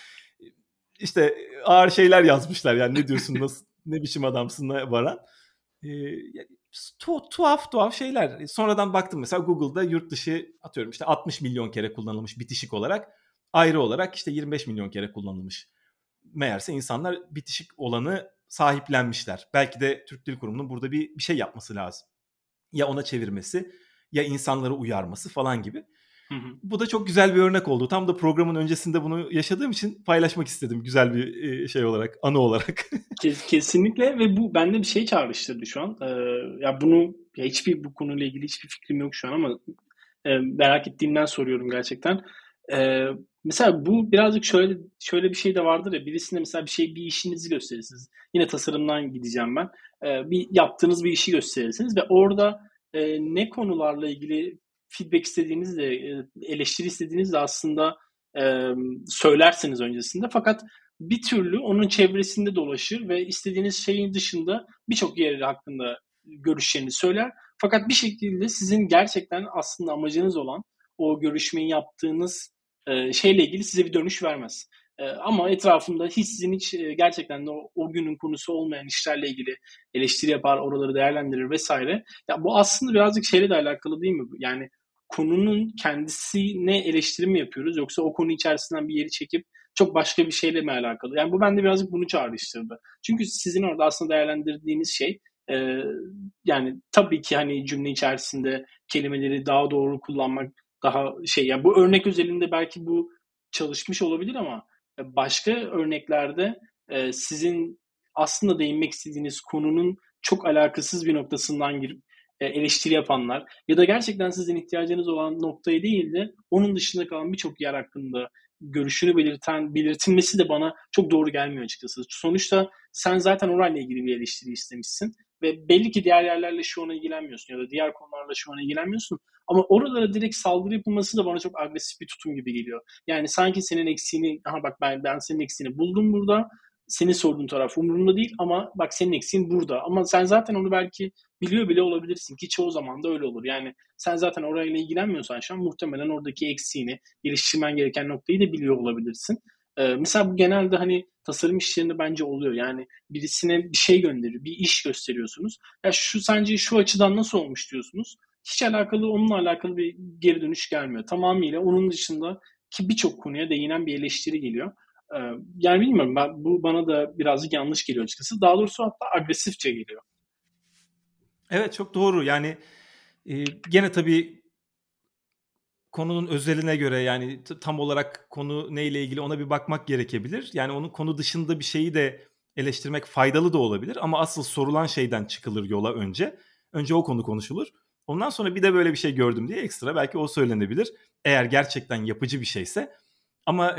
işte ağır şeyler yazmışlar. Yani ne diyorsun, nasıl, ne biçim adamsın'a varan. Yani tuhaf şeyler. Sonradan baktım mesela Google'da yurt dışı atıyorum işte 60 milyon kere kullanılmış bitişik olarak, ayrı olarak işte 25 milyon kere kullanılmış. Meğerse insanlar bitişik olanı sahiplenmişler. Belki de Türk Dil Kurumu'nun burada bir şey yapması lazım. Ya ona çevirmesi, ya insanları uyarması falan gibi. Hı hı. Bu da çok güzel bir örnek oldu. Tam da programın öncesinde bunu yaşadığım için paylaşmak istedim güzel bir şey olarak, anı olarak. Kesinlikle ve bu bende bir şey çağrıştırdı şu an. Ya bunu ya bu konuyla ilgili hiçbir fikrim yok şu an ama merak ettiğimden soruyorum gerçekten. Ee, Mesela bu birazcık şöyle bir şey de vardır ya, birisine mesela bir işinizi gösterirsiniz. Yine tasarımdan gideceğim ben. Bir yaptığınız bir işi gösterirsiniz ve orada ne konularla ilgili feedback istediğinizde, eleştiri istediğinizde aslında e, söylersiniz öncesinde. Fakat bir türlü onun çevresinde dolaşır ve istediğiniz şeyin dışında birçok yer hakkında görüşlerini söyler. Fakat bir şekilde sizin gerçekten aslında amacınız olan o görüşmeyi yaptığınız şeyle ilgili size bir dönüş vermez. Ama etrafında hiç gerçekten de o günün konusu olmayan işlerle ilgili eleştiri yapar, oraları değerlendirir vesaire. Ya bu aslında birazcık şeyle de alakalı değil mi? Yani konunun kendisine eleştiri mi yapıyoruz yoksa o konu içerisinden bir yeri çekip çok başka bir şeyle mi alakalı? Yani bu bende birazcık bunu çağrıştırdı. Çünkü sizin orada aslında değerlendirdiğiniz şey e, yani tabii ki hani cümle içerisinde kelimeleri daha doğru kullanmak daha şey, yani bu örnek özelinde belki bu çalışmış olabilir ama başka örneklerde sizin aslında değinmek istediğiniz konunun çok alakasız bir noktasından girip eleştiri yapanlar ya da gerçekten sizin ihtiyacınız olan noktayı değil de onun dışında kalan birçok yer hakkında görüşünü belirtilmesi de bana çok doğru gelmiyor açıkçası. Sonuçta sen zaten orayla ilgili bir eleştiri istemişsin ve belli ki diğer yerlerle şu an ilgilenmiyorsun ya da diğer konularla şu an ilgilenmiyorsun. Ama oralara direkt saldırı yapılması da bana çok agresif bir tutum gibi geliyor. Yani sanki senin eksiğini, aha bak ben senin eksiğini buldum burada. Senin sorduğun taraf umurumda değil ama bak senin eksiğin burada. Ama sen zaten onu belki biliyor bile olabilirsin ki çoğu zaman da öyle olur. Yani sen zaten orayla ilgilenmiyorsan şu an muhtemelen oradaki eksiğini, geliştirmen gereken noktayı da biliyor olabilirsin. Mesela bu genelde hani tasarım işlerinde bence oluyor. Yani birisine bir şey gönderiyor, bir iş gösteriyorsunuz. Ya şu sence şu açıdan nasıl olmuş diyorsunuz. Hiç onunla alakalı bir geri dönüş gelmiyor. Tamamıyla onun dışında ki birçok konuya değinen bir eleştiri geliyor. Ee, Yani bilmiyorum, bu bana da birazcık yanlış geliyor açıkçası. Daha doğrusu hatta agresifçe geliyor. Evet, çok doğru. Yani gene tabii konunun özeline göre yani tam olarak konu neyle ilgili ona bir bakmak gerekebilir. Yani onun konu dışında bir şeyi de eleştirmek faydalı da olabilir ama asıl sorulan şeyden çıkılır yola önce. Önce o konu konuşulur. Ondan sonra bir de böyle bir şey gördüm diye ekstra belki o söylenebilir. Eğer gerçekten yapıcı bir şeyse. Ama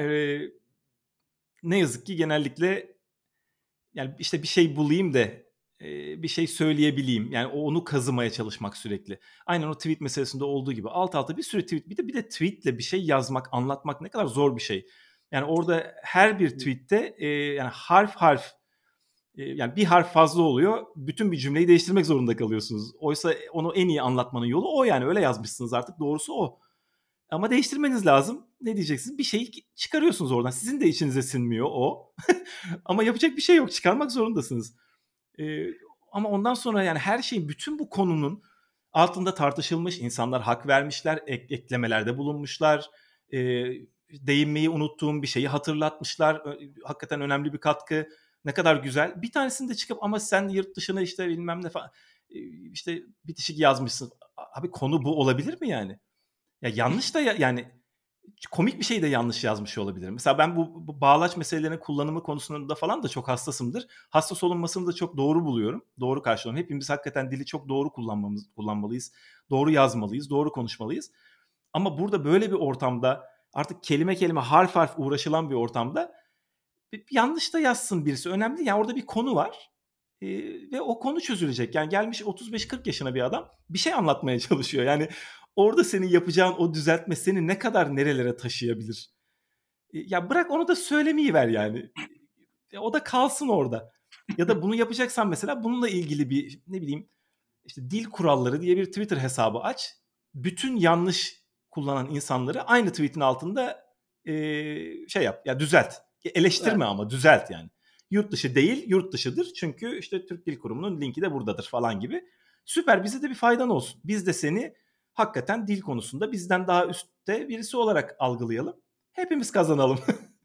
ne yazık ki genellikle yani işte bir şey bulayım da bir şey söyleyebileyim. Yani onu kazımaya çalışmak sürekli. Aynen o tweet meselesinde olduğu gibi alt alta bir sürü tweet, bir de tweetle bir şey yazmak, anlatmak ne kadar zor bir şey. Yani orada her bir tweette yani harf harf yani bir harf fazla oluyor. Bütün bir cümleyi değiştirmek zorunda kalıyorsunuz. Oysa onu en iyi anlatmanın yolu o, yani öyle yazmışsınız artık, doğrusu o. Ama değiştirmeniz lazım. Ne diyeceksiniz? Bir şeyi çıkarıyorsunuz oradan. Sizin de içinize sinmiyor o. Ama yapacak bir şey yok. Çıkarmak zorundasınız. Ee, Ama ondan sonra yani her şeyin, bütün bu konunun altında tartışılmış, insanlar hak vermişler, eklemelerde bulunmuşlar, değinmeyi unuttuğum bir şeyi hatırlatmışlar. Hakikaten önemli bir katkı. Ne kadar güzel. Bir tanesini de çıkıp ama sen yurt dışına işte bilmem ne falan işte bitişik yazmışsın. Abi konu bu olabilir mi yani? Ya yanlış da yani komik bir şey de yanlış yazmış olabilir. Mesela ben bu bağlaç meselelerinin kullanımı konusunda falan da çok hassasımdır. Hassas olunmasını da çok doğru buluyorum. Doğru karşılıyorum. Hepimiz hakikaten dili çok doğru kullanmalıyız. Doğru yazmalıyız, doğru konuşmalıyız. Ama burada böyle bir ortamda artık kelime kelime harf harf uğraşılan bir ortamda yanlış da yazsın birisi önemli değil. Yani orada bir konu var ve o konu çözülecek. Yani gelmiş 35-40 yaşına bir adam bir şey anlatmaya çalışıyor. Yani orada senin yapacağın o düzeltme seni ne kadar nerelere taşıyabilir? Ya bırak onu da söylemeyi ver yani. O da kalsın orada. Ya da bunu yapacaksan mesela bununla ilgili bir ne bileyim işte dil kuralları diye bir Twitter hesabı aç. Bütün yanlış kullanan insanları aynı tweet'in altında şey yap. Ya düzelt. Eleştirme Evet. ama düzelt yani. Yurt dışı değil, yurt dışıdır. Çünkü işte Türk Dil Kurumu'nun linki de buradadır falan gibi. Süper, bize de bir faydan olsun. Biz de seni hakikaten dil konusunda bizden daha üstte birisi olarak algılayalım. Hepimiz kazanalım.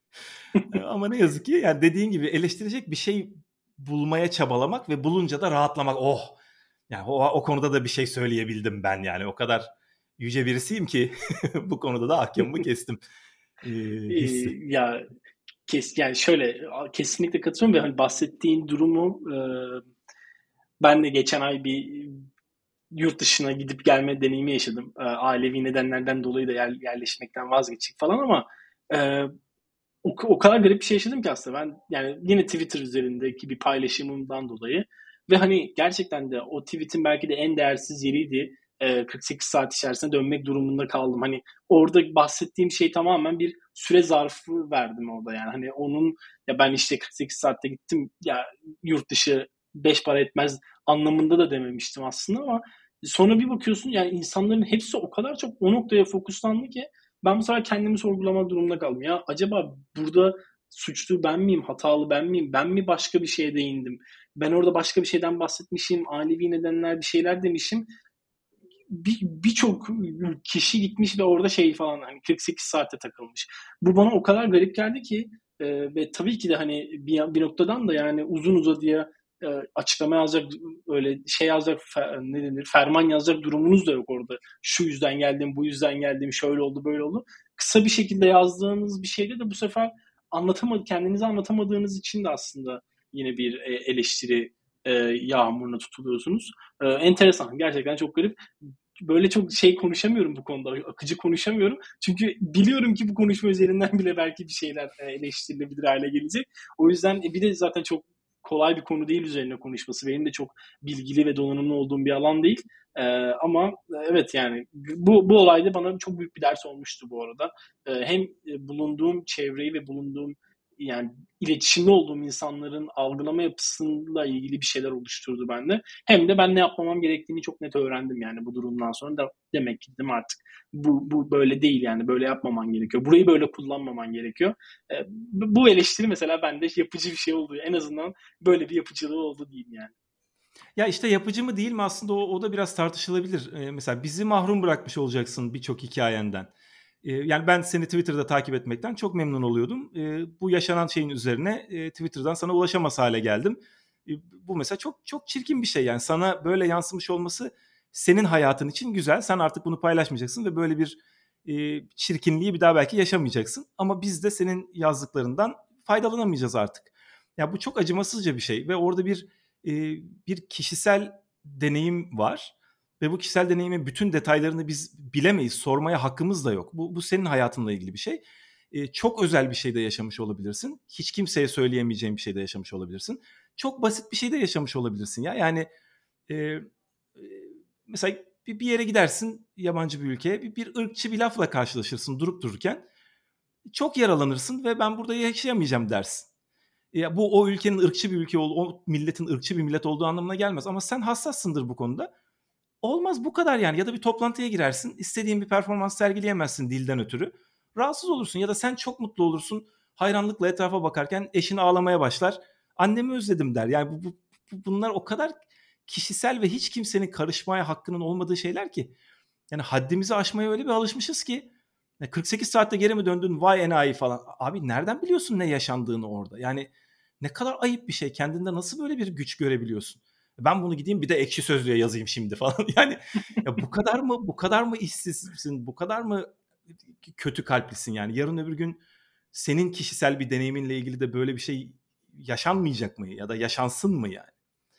Ama ne yazık ki yani dediğin gibi eleştirecek bir şey bulmaya çabalamak ve bulunca da rahatlamak. Oh! Yani o konuda da bir şey söyleyebildim ben yani. O kadar yüce birisiyim ki bu konuda da ahkamımı kestim hissi. Ya yani şöyle kesinlikle katılıyorum ve hani bahsettiğin durumu ben de geçen ay bir yurt dışına gidip gelme deneyimi yaşadım. Ailevi nedenlerden dolayı da yerleşmekten vazgeçtik falan ama e, o kadar garip bir şey yaşadım ki aslında. Ben yani yine Twitter üzerindeki bir paylaşımımdan dolayı ve hani gerçekten de o tweet'in belki de en değersiz yeriydi. 48 saat içerisinde dönmek durumunda kaldım. Hani orada bahsettiğim şey tamamen bir süre zarfı verdim orada yani. Hani onun ya ben işte 48 saatte gittim ya yurt dışı 5 para etmez anlamında da dememiştim aslında ama sonra bir bakıyorsun yani insanların hepsi o kadar çok o noktaya fokuslandı ki ben bu sefer kendimi sorgulama durumunda kaldım. Ya acaba burada suçlu ben miyim, hatalı ben miyim, ben mi başka bir şeye değindim? Ben orada başka bir şeyden bahsetmişim, ailevi nedenler bir şeyler demişim. Birçok kişi gitmiş ve orada şey falan hani 48 saate takılmış. Bu bana o kadar garip geldi ki ve tabii ki de hani bir noktadan da yani uzun uzadıya açıklama yazacak öyle şey yazacak ne denir ferman yazacak durumunuz da yok orada. Şu yüzden geldim, bu yüzden geldim, şöyle oldu, böyle oldu. Kısa bir şekilde yazdığınız bir şeyde de bu sefer kendinizi anlatamadığınız için de aslında yine bir eleştiri yağmuruna tutuluyorsunuz. Enteresan, gerçekten çok garip böyle çok şey konuşamıyorum bu konuda. Akıcı konuşamıyorum. Çünkü biliyorum ki bu konuşma üzerinden bile belki bir şeyler eleştirilebilir hale gelecek. O yüzden bir de zaten çok kolay bir konu değil üzerine konuşması. Benim de çok bilgili ve donanımlı olduğum bir alan değil. Ama evet yani bu olayda bana çok büyük bir ders olmuştu bu arada. Hem bulunduğum çevreyi ve bulunduğum yani iletişimde olduğum insanların algılama yapısıyla ilgili bir şeyler oluşturdu bende. Hem de ben ne yapmamam gerektiğini çok net öğrendim yani bu durumdan sonra da demek ki dedim artık bu böyle değil yani böyle yapmaman gerekiyor. Burayı böyle kullanmaman gerekiyor. Bu eleştiri mesela bende yapıcı bir şey oldu. En azından böyle bir yapıcılığı oldu diyeyim yani. Ya işte yapıcı mı değil mi aslında o da biraz tartışılabilir. Mesela bizi mahrum bırakmış olacaksın birçok hikayenden. Yani ben seni Twitter'da takip etmekten çok memnun oluyordum. Bu yaşanan şeyin üzerine Twitter'dan sana ulaşamaz hale geldim. Bu mesela çok çok çirkin bir şey yani sana böyle yansımış olması senin hayatın için güzel. Sen artık bunu paylaşmayacaksın ve böyle bir çirkinliği bir daha belki yaşamayacaksın. Ama biz de senin yazdıklarından faydalanamayacağız artık. Ya bu çok acımasızca bir şey ve orada bir kişisel deneyim var ve bu kişisel deneyimin bütün detaylarını biz bilemeyiz. Sormaya hakkımız da yok. Bu senin hayatınla ilgili bir şey. Çok özel bir şey de yaşamış olabilirsin. Hiç kimseye söyleyemeyeceğin bir şey de yaşamış olabilirsin. Çok basit bir şey de yaşamış olabilirsin ya. Yani e, e, mesela bir yere gidersin yabancı bir ülkeye bir ırkçı bir lafla karşılaşırsın durup dururken. Çok yaralanırsın ve ben burada yaşayamayacağım dersin. Ya bu o ülkenin ırkçı bir ülke o milletin ırkçı bir millet olduğu anlamına gelmez ama sen hassassındır bu konuda. Olmaz bu kadar yani ya da bir toplantıya girersin istediğin bir performans sergileyemezsin dilden ötürü. Rahatsız olursun ya da sen çok mutlu olursun hayranlıkla etrafa bakarken eşin ağlamaya başlar. Annemi özledim der. Yani bunlar o kadar kişisel ve hiç kimsenin karışmaya hakkının olmadığı şeyler ki. Yani haddimizi aşmaya öyle bir alışmışız ki 48 saatte geri mi döndün vay enayi falan. Abi nereden biliyorsun ne yaşandığını orada? Yani ne kadar ayıp bir şey. Kendinde nasıl böyle bir güç görebiliyorsun? Ben bunu gideyim bir de Ekşi Sözlüğe yazayım şimdi falan. Yani ya bu kadar mı işsizsin? Bu kadar mı kötü kalplisin yani? Yarın öbür gün senin kişisel bir deneyiminle ilgili de böyle bir şey yaşanmayacak mı ya da yaşansın mı yani?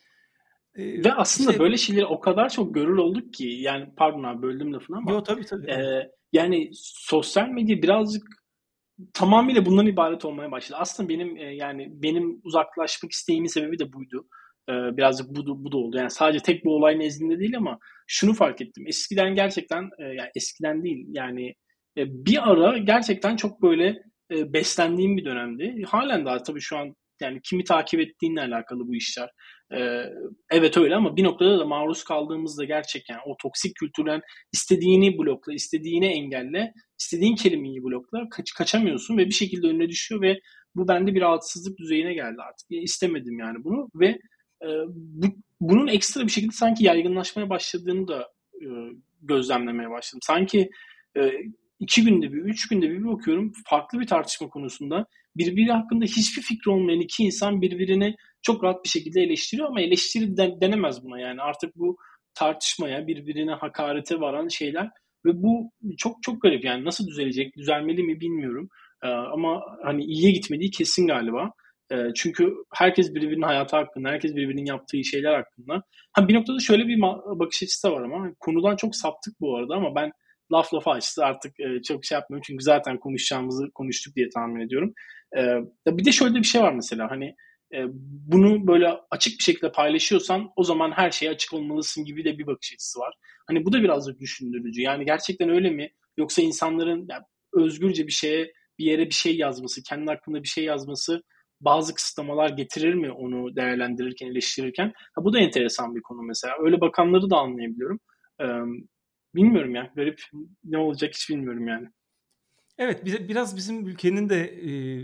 Ve aslında İşte böyle şeyleri o kadar çok görür olduk ki yani pardon abi böldüm lafını ama yo tabii tabii. Evet. Yani sosyal medya birazcık tamamıyla bundan ibaret olmaya başladı. Aslında benim uzaklaşmak isteğimin sebebi de buydu. Birazcık bu da oldu. Yani sadece tek bir olay nezdinde değil ama şunu fark ettim. Eskiden gerçekten, yani eskiden değil, yani, bir ara gerçekten çok böyle, beslendiğim bir dönemdi. Hâlen daha tabii şu an, yani kimi takip ettiğinle alakalı bu işler. Eee, evet öyle ama bir noktada da maruz kaldığımızda gerçekten o toksik kültürden istediğini blokla, istediğini engelle, İstediğin kelimeyi blokla, kaçamıyorsun ve bir şekilde önüne düşüyor ve bu bende bir rahatsızlık düzeyine geldi artık. İstemedim yani bunu ve bunun ekstra bir şekilde sanki yaygınlaşmaya başladığını da e, gözlemlemeye başladım. Sanki e, 2 günde bir, 3 günde bir bakıyorum farklı bir tartışma konusunda birbiri hakkında hiçbir fikri olmayan iki insan birbirini çok rahat bir şekilde eleştiriyor ama eleştiri denemez buna yani artık bu tartışmaya, birbirine hakarete varan şeyler ve bu çok çok garip yani nasıl düzelecek, düzelmeli mi bilmiyorum. Ama hani iyiye gitmediği kesin galiba. Çünkü herkes birbirinin hayatı hakkında, herkes birbirinin yaptığı şeyler hakkında. Ha bir noktada şöyle bir bakış açısı da var ama konudan çok saptık bu arada ama ben laf lafa açtı artık çok şey yapmıyorum çünkü zaten konuşacağımızı konuştuk diye tahmin ediyorum. Bir de şöyle bir şey var mesela hani bunu böyle açık bir şekilde paylaşıyorsan o zaman her şeye açık olmalısın gibi de bir bakış açısı var. Hani bu da birazcık düşündürücü. Yani gerçekten öyle mi? Yoksa insanların yani özgürce bir yere bir şey yazması, kendi hakkında bir şey yazması bazı kısıtlamalar getirir mi onu değerlendirirken, eleştirirken? Ha, bu da enteresan bir konu mesela. Öyle bakanları da anlayabiliyorum. Ee, bilmiyorum ya. Garip ne olacak hiç bilmiyorum yani. Evet, biraz bizim ülkenin de,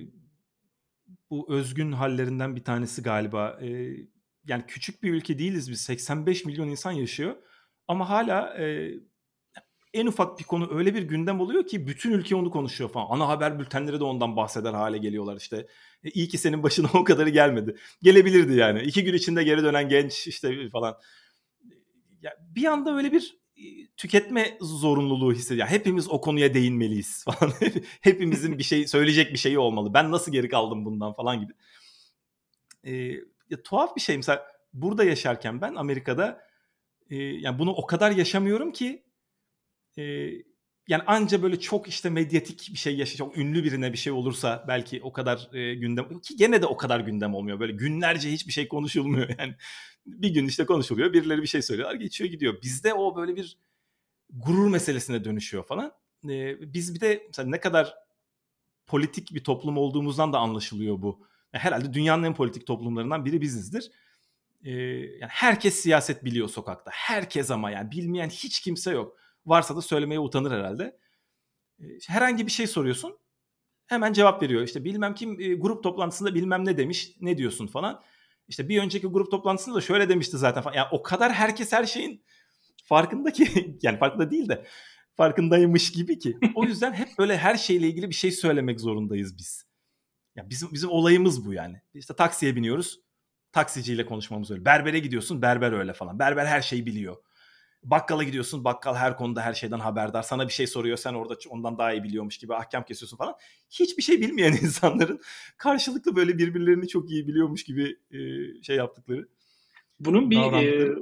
bu özgün hallerinden bir tanesi galiba. Yani küçük bir ülke değiliz biz. 85 milyon insan yaşıyor ama hala en ufak bir konu öyle bir gündem oluyor ki bütün ülke onu konuşuyor falan. Ana haber bültenleri de ondan bahseder hale geliyorlar işte. İyi ki senin başına o kadarı gelmedi. Gelebilirdi yani. 2 gün içinde geri dönen genç işte falan. Ya bir anda öyle bir tüketme zorunluluğu hissediyor. Hepimiz o konuya değinmeliyiz falan. Hepimizin bir şey söyleyecek bir şeyi olmalı. Ben nasıl geri kaldım bundan falan gibi. Ya tuhaf bir şey mesela burada yaşarken ben Amerika'da yani bunu o kadar yaşamıyorum ki yani anca böyle çok işte medyatik bir şey çok ünlü birine bir şey olursa belki o kadar gündem ki gene de o kadar gündem olmuyor. Böyle günlerce hiçbir şey konuşulmuyor yani. Bir gün işte konuşuluyor, birileri bir şey söylüyorlar, geçiyor gidiyor. Bizde o böyle bir gurur meselesine dönüşüyor falan. Biz bir de mesela ne kadar politik bir toplum olduğumuzdan da anlaşılıyor bu. Herhalde dünyanın en politik toplumlarından biri bizizdir. Yani herkes siyaset biliyor sokakta. Herkes ama yani bilmeyen hiç kimse yok. Varsa da söylemeye utanır herhalde. Herhangi bir şey soruyorsun. Hemen cevap veriyor. İşte bilmem kim grup toplantısında bilmem ne demiş. Ne diyorsun falan. İşte bir önceki grup toplantısında da şöyle demişti zaten falan. Yani o kadar herkes her şeyin farkında ki yani farkında değil de farkındaymış gibi ki. O yüzden hep böyle her şeyle ilgili bir şey söylemek zorundayız biz. Ya bizim olayımız bu yani. İşte taksiye biniyoruz. Taksiciyle konuşmamız öyle. Berbere gidiyorsun, berber öyle falan. Berber her şeyi biliyor. Bakkala gidiyorsun, bakkal her konuda her şeyden haberdar. Sana bir şey soruyor, sen orada ondan daha iyi biliyormuş gibi ahkam kesiyorsun falan. Hiçbir şey bilmeyen insanların karşılıklı böyle birbirlerini çok iyi biliyormuş gibi şey yaptıkları, Bunun bir davrandıkları.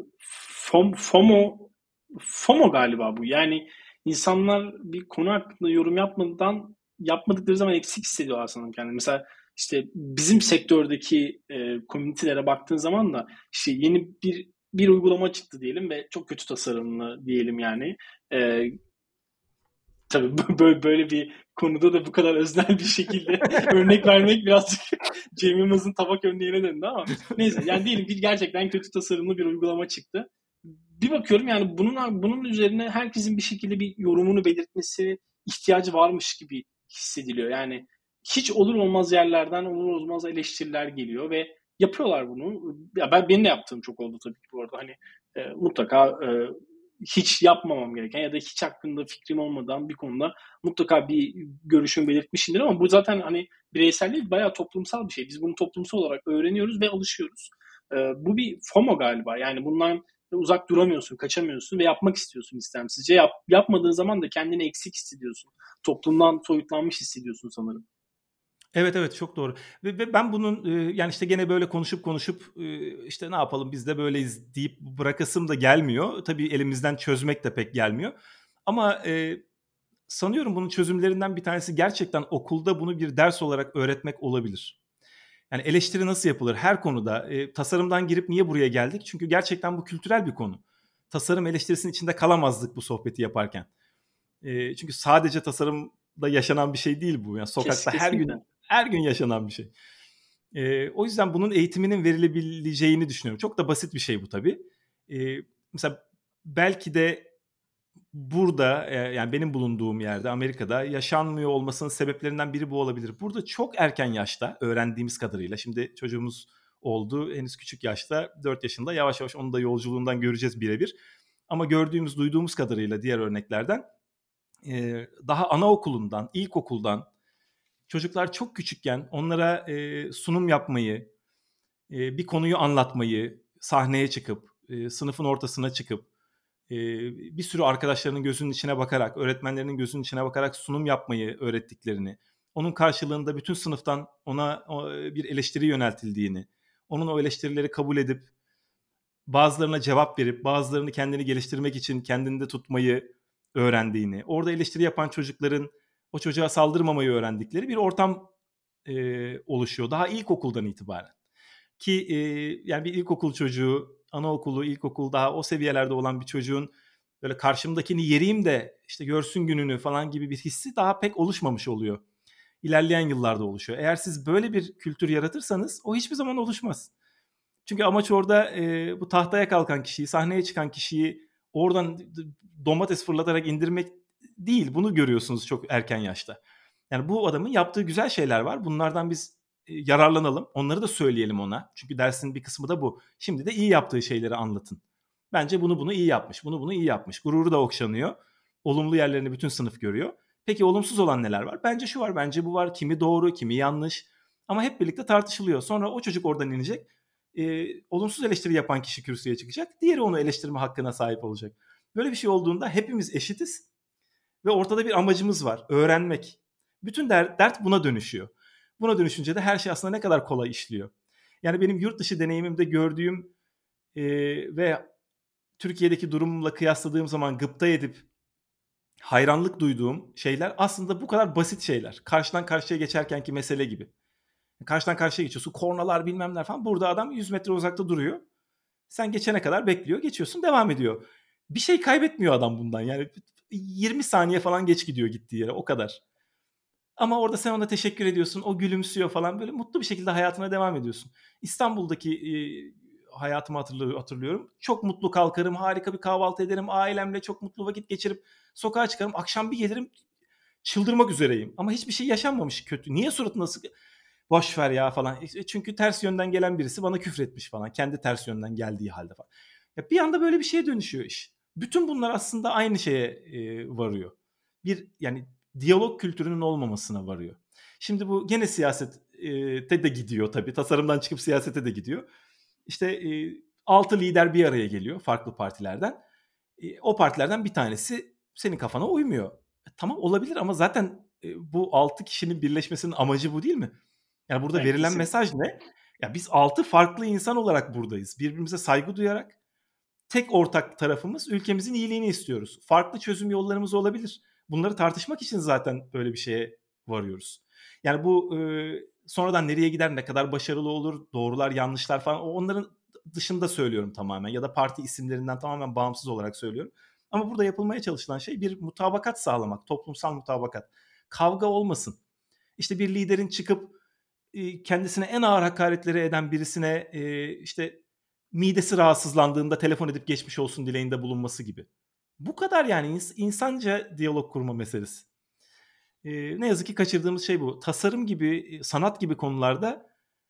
FOMO galiba bu. Yani insanlar bir konu hakkında yorum yapmadıkları zaman eksik hissediyorlar sanırım kendini. Mesela işte bizim sektördeki komünitelere baktığın zaman da işte yeni bir uygulama çıktı diyelim ve çok kötü tasarımlı diyelim yani. E, tabii böyle bir konuda da bu kadar öznel bir şekilde örnek vermek birazcık Cem Yılmaz'ın tabak örneğine döndü ama neyse yani diyelim ki gerçekten kötü tasarımlı bir uygulama çıktı. Bir bakıyorum yani bunun üzerine herkesin bir şekilde bir yorumunu belirtmesi ihtiyacı varmış gibi hissediliyor. Yani hiç olur olmaz yerlerden olur olmaz eleştiriler geliyor ve yapıyorlar bunu. Ya benim de yaptığım çok oldu tabii ki bu arada. Hani mutlaka hiç yapmamam gereken ya da hiç hakkında fikrim olmadan bir konuda mutlaka bir görüşümü belirtmişimdir ama bu zaten hani bireysel değil bayağı toplumsal bir şey. Biz bunu toplumsal olarak öğreniyoruz ve alışıyoruz. Bu bir FOMO galiba. Yani bundan uzak duramıyorsun, kaçamıyorsun ve yapmak istiyorsun istemsizce. Yapmadığın zaman da kendini eksik hissediyorsun. Toplumdan soyutlanmış hissediyorsun sanırım. Evet, evet, çok doğru ve ben bunun, yani, işte, gene böyle konuşup, işte, "Ne yapalım, biz de böyleyiz." deyip bırakasım da gelmiyor. Tabii elimizden çözmek de pek gelmiyor ama, sanıyorum bunun çözümlerinden bir tanesi gerçekten okulda bunu bir ders olarak öğretmek olabilir. Yani eleştiri nasıl yapılır her konuda? Tasarımdan girip niye buraya geldik? Çünkü gerçekten bu kültürel bir konu. Tasarım eleştirisinin içinde kalamazdık bu sohbeti yaparken. Çünkü sadece tasarımda yaşanan bir şey değil bu. Yani sokakta Kesinlikle. her gün yaşanan bir şey. O yüzden bunun eğitiminin verilebileceğini düşünüyorum. Çok da basit bir şey bu tabii. Mesela belki de burada, yani benim bulunduğum yerde Amerika'da yaşanmıyor olmasının sebeplerinden biri bu olabilir. Burada çok erken yaşta öğrendiğimiz kadarıyla, şimdi çocuğumuz oldu, henüz küçük yaşta, 4 yaşında, yavaş yavaş onun da yolculuğundan göreceğiz birebir. Ama gördüğümüz, duyduğumuz kadarıyla diğer örneklerden daha anaokulundan, ilkokuldan çocuklar çok küçükken onlara sunum yapmayı, bir konuyu anlatmayı, sahneye çıkıp, sınıfın ortasına çıkıp, bir sürü arkadaşlarının gözünün içine bakarak, öğretmenlerinin gözünün içine bakarak sunum yapmayı öğrettiklerini, onun karşılığında bütün sınıftan ona bir eleştiri yöneltildiğini, onun o eleştirileri kabul edip bazılarına cevap verip bazılarını kendini geliştirmek için kendinde tutmayı öğrendiğini, orada eleştiri yapan çocukların o çocuğa saldırmamayı öğrendikleri bir ortam oluşuyor daha ilkokuldan itibaren. Ki yani bir ilkokul çocuğu, anaokulu, ilkokul daha o seviyelerde olan bir çocuğun böyle karşımdakini yereyim de işte görsün gününü falan gibi bir hissi daha pek oluşmamış oluyor. İlerleyen yıllarda oluşuyor. Eğer siz böyle bir kültür yaratırsanız o hiçbir zaman oluşmaz. Çünkü amaç orada bu tahtaya kalkan kişiyi, sahneye çıkan kişiyi oradan domates fırlatarak indirmek değil. Bunu görüyorsunuz çok erken yaşta. Yani bu adamın yaptığı güzel şeyler var. Bunlardan biz yararlanalım. Onları da söyleyelim ona. Çünkü dersin bir kısmı da bu. Şimdi de iyi yaptığı şeyleri anlatın. Bence bunu iyi yapmış. Bunu iyi yapmış. Gururu da okşanıyor. Olumlu yerlerini bütün sınıf görüyor. Peki olumsuz olan neler var? Bence şu var, bence bu var. Kimi doğru, kimi yanlış. Ama hep birlikte tartışılıyor. Sonra o çocuk oradan inecek. Olumsuz eleştiri yapan kişi kürsüye çıkacak. Diğeri onu eleştirme hakkına sahip olacak. Böyle bir şey olduğunda hepimiz eşitiz ve ortada bir amacımız var. Öğrenmek. Bütün dert buna dönüşüyor. Buna dönüşünce de her şey aslında ne kadar kolay işliyor. Yani benim yurt dışı deneyimimde gördüğüm ve Türkiye'deki durumla kıyasladığım zaman gıpta edip hayranlık duyduğum şeyler aslında bu kadar basit şeyler. Karşıdan karşıya geçerkenki mesele gibi. Karşıdan karşıya geçiyorsun. Kornalar bilmem neler falan. Burada adam 100 metre uzakta duruyor. Sen geçene kadar bekliyor. Geçiyorsun, devam ediyor. Bir şey kaybetmiyor adam bundan. Yani 20 saniye falan geç gidiyor gittiği yere. O kadar. Ama orada sen ona teşekkür ediyorsun. O gülümsüyor falan. Böyle mutlu bir şekilde hayatına devam ediyorsun. İstanbul'daki hayatımı hatırlıyorum. Çok mutlu kalkarım. Harika bir kahvaltı ederim. Ailemle çok mutlu vakit geçirip sokağa çıkarım. Akşam bir gelirim, çıldırmak üzereyim. Ama hiçbir şey yaşanmamış kötü. Niye suratına sık... Boş ver ya falan. Çünkü ters yönden gelen birisi bana küfretmiş falan. Kendi ters yönden geldiği halde falan. Ya bir anda böyle bir şeye dönüşüyor iş. Bütün bunlar aslında aynı şeye varıyor. Bir yani diyalog kültürünün olmamasına varıyor. Şimdi bu gene siyasete de gidiyor tabii. Tasarımdan çıkıp siyasete de gidiyor. İşte 6 lider bir araya geliyor farklı partilerden. O partilerden bir tanesi senin kafana uymuyor. Tamam olabilir ama zaten bu 6 kişinin birleşmesinin amacı bu değil mi? Yani burada Evet, verilen kesinlikle. mesaj ne? Ya biz 6 farklı insan olarak buradayız. Birbirimize saygı duyarak tek ortak tarafımız ülkemizin iyiliğini istiyoruz. Farklı çözüm yollarımız olabilir. Bunları tartışmak için zaten böyle bir şeye varıyoruz. Yani bu sonradan nereye gider, ne kadar başarılı olur, doğrular, yanlışlar falan onların dışında söylüyorum tamamen ya da parti isimlerinden tamamen bağımsız olarak söylüyorum. Ama burada yapılmaya çalışılan şey bir mutabakat sağlamak, toplumsal mutabakat. Kavga olmasın. İşte bir liderin çıkıp kendisine en ağır hakaretleri eden birisine işte midesi rahatsızlandığında telefon edip geçmiş olsun dileğinde bulunması gibi. Bu kadar yani insanca diyalog kurma meselesi. Ne yazık ki kaçırdığımız şey bu. Tasarım gibi, sanat gibi konularda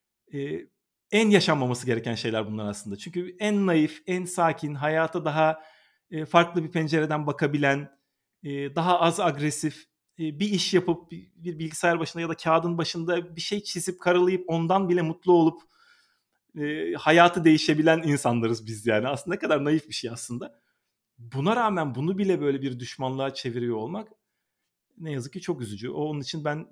en yaşanmaması gereken şeyler bunlar aslında. Çünkü en naif, en sakin, hayata daha farklı bir pencereden bakabilen, daha az agresif, bir iş yapıp bir bilgisayar başında ya da kağıdın başında bir şey çizip karalayıp ondan bile mutlu olup hayatı değişebilen insanlarız biz yani. Aslında ne kadar naif bir şey aslında. Buna rağmen bunu bile böyle bir düşmanlığa çeviriyor olmak ne yazık ki çok üzücü. Onun için ben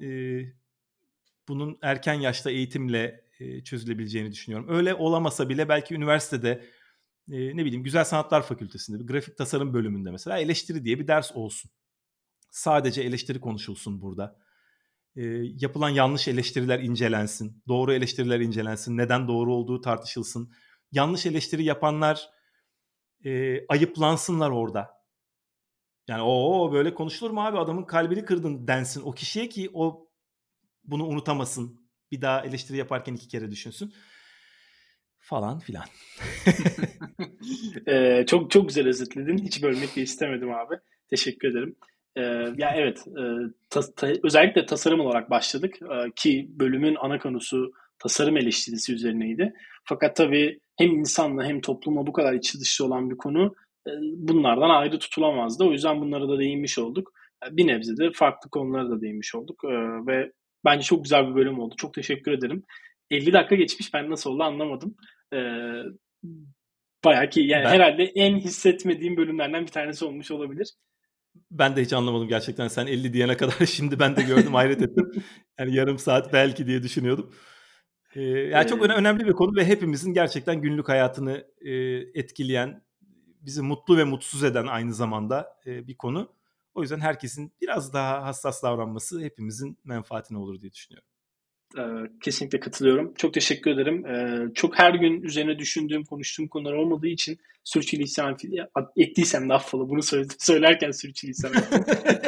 bunun erken yaşta eğitimle çözülebileceğini düşünüyorum. Öyle olamasa bile belki üniversitede ne bileyim Güzel Sanatlar Fakültesi'nde bir grafik tasarım bölümünde mesela eleştiri diye bir ders olsun. Sadece eleştiri konuşulsun burada. Yapılan yanlış eleştiriler incelensin. Doğru eleştiriler incelensin. Neden doğru olduğu tartışılsın. Yanlış eleştiri yapanlar ayıplansınlar orada. Yani o böyle konuşulur mu abi, adamın kalbini kırdın densin o kişiye ki o bunu unutamasın. Bir daha eleştiri yaparken 2 kere düşünsün. Falan filan. Çok çok güzel özetledin. Hiç bölmek de istemedim abi. Teşekkür ederim. Ya evet, özellikle tasarım olarak başladık. Ki bölümün ana konusu tasarım eleştirisi üzerineydi. Fakat tabii hem insanla hem toplumla bu kadar içi dışı olan bir konu bunlardan ayrı tutulamazdı. O yüzden bunlara da değinmiş olduk. Bir nebze de farklı konulara da değinmiş olduk. Ve bence çok güzel bir bölüm oldu. Çok teşekkür ederim. 50 dakika geçmiş. Ben nasıl oldu anlamadım. Ee, Bayağı ki yani Ben herhalde en hissetmediğim bölümlerden bir tanesi olmuş olabilir. ben de hiç anlamadım gerçekten. Sen 50 diyene kadar şimdi ben de gördüm, hayret ettim. Yani yarım saat belki diye düşünüyordum. Yani çok Ee, önemli bir konu ve hepimizin gerçekten günlük hayatını etkileyen, bizi mutlu ve mutsuz eden aynı zamanda bir konu. O yüzden herkesin biraz daha hassas davranması hepimizin menfaatine olur diye düşünüyorum. Kesinlikle katılıyorum. Çok teşekkür ederim. Çok her gün üzerine düşündüğüm, konuştuğum konular olmadığı için sürçülisan ettiysem de affola. Bunu söylerken sürçülisan ettim.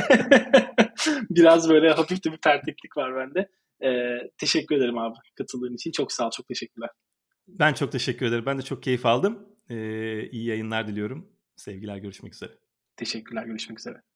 Biraz böyle hafif de bir perteklik var bende. Teşekkür ederim abi katıldığın için. Çok sağ ol, çok teşekkürler. Ben çok teşekkür ederim. Ben de çok keyif aldım. İyi yayınlar diliyorum. Sevgiler, görüşmek üzere. Teşekkürler, görüşmek üzere.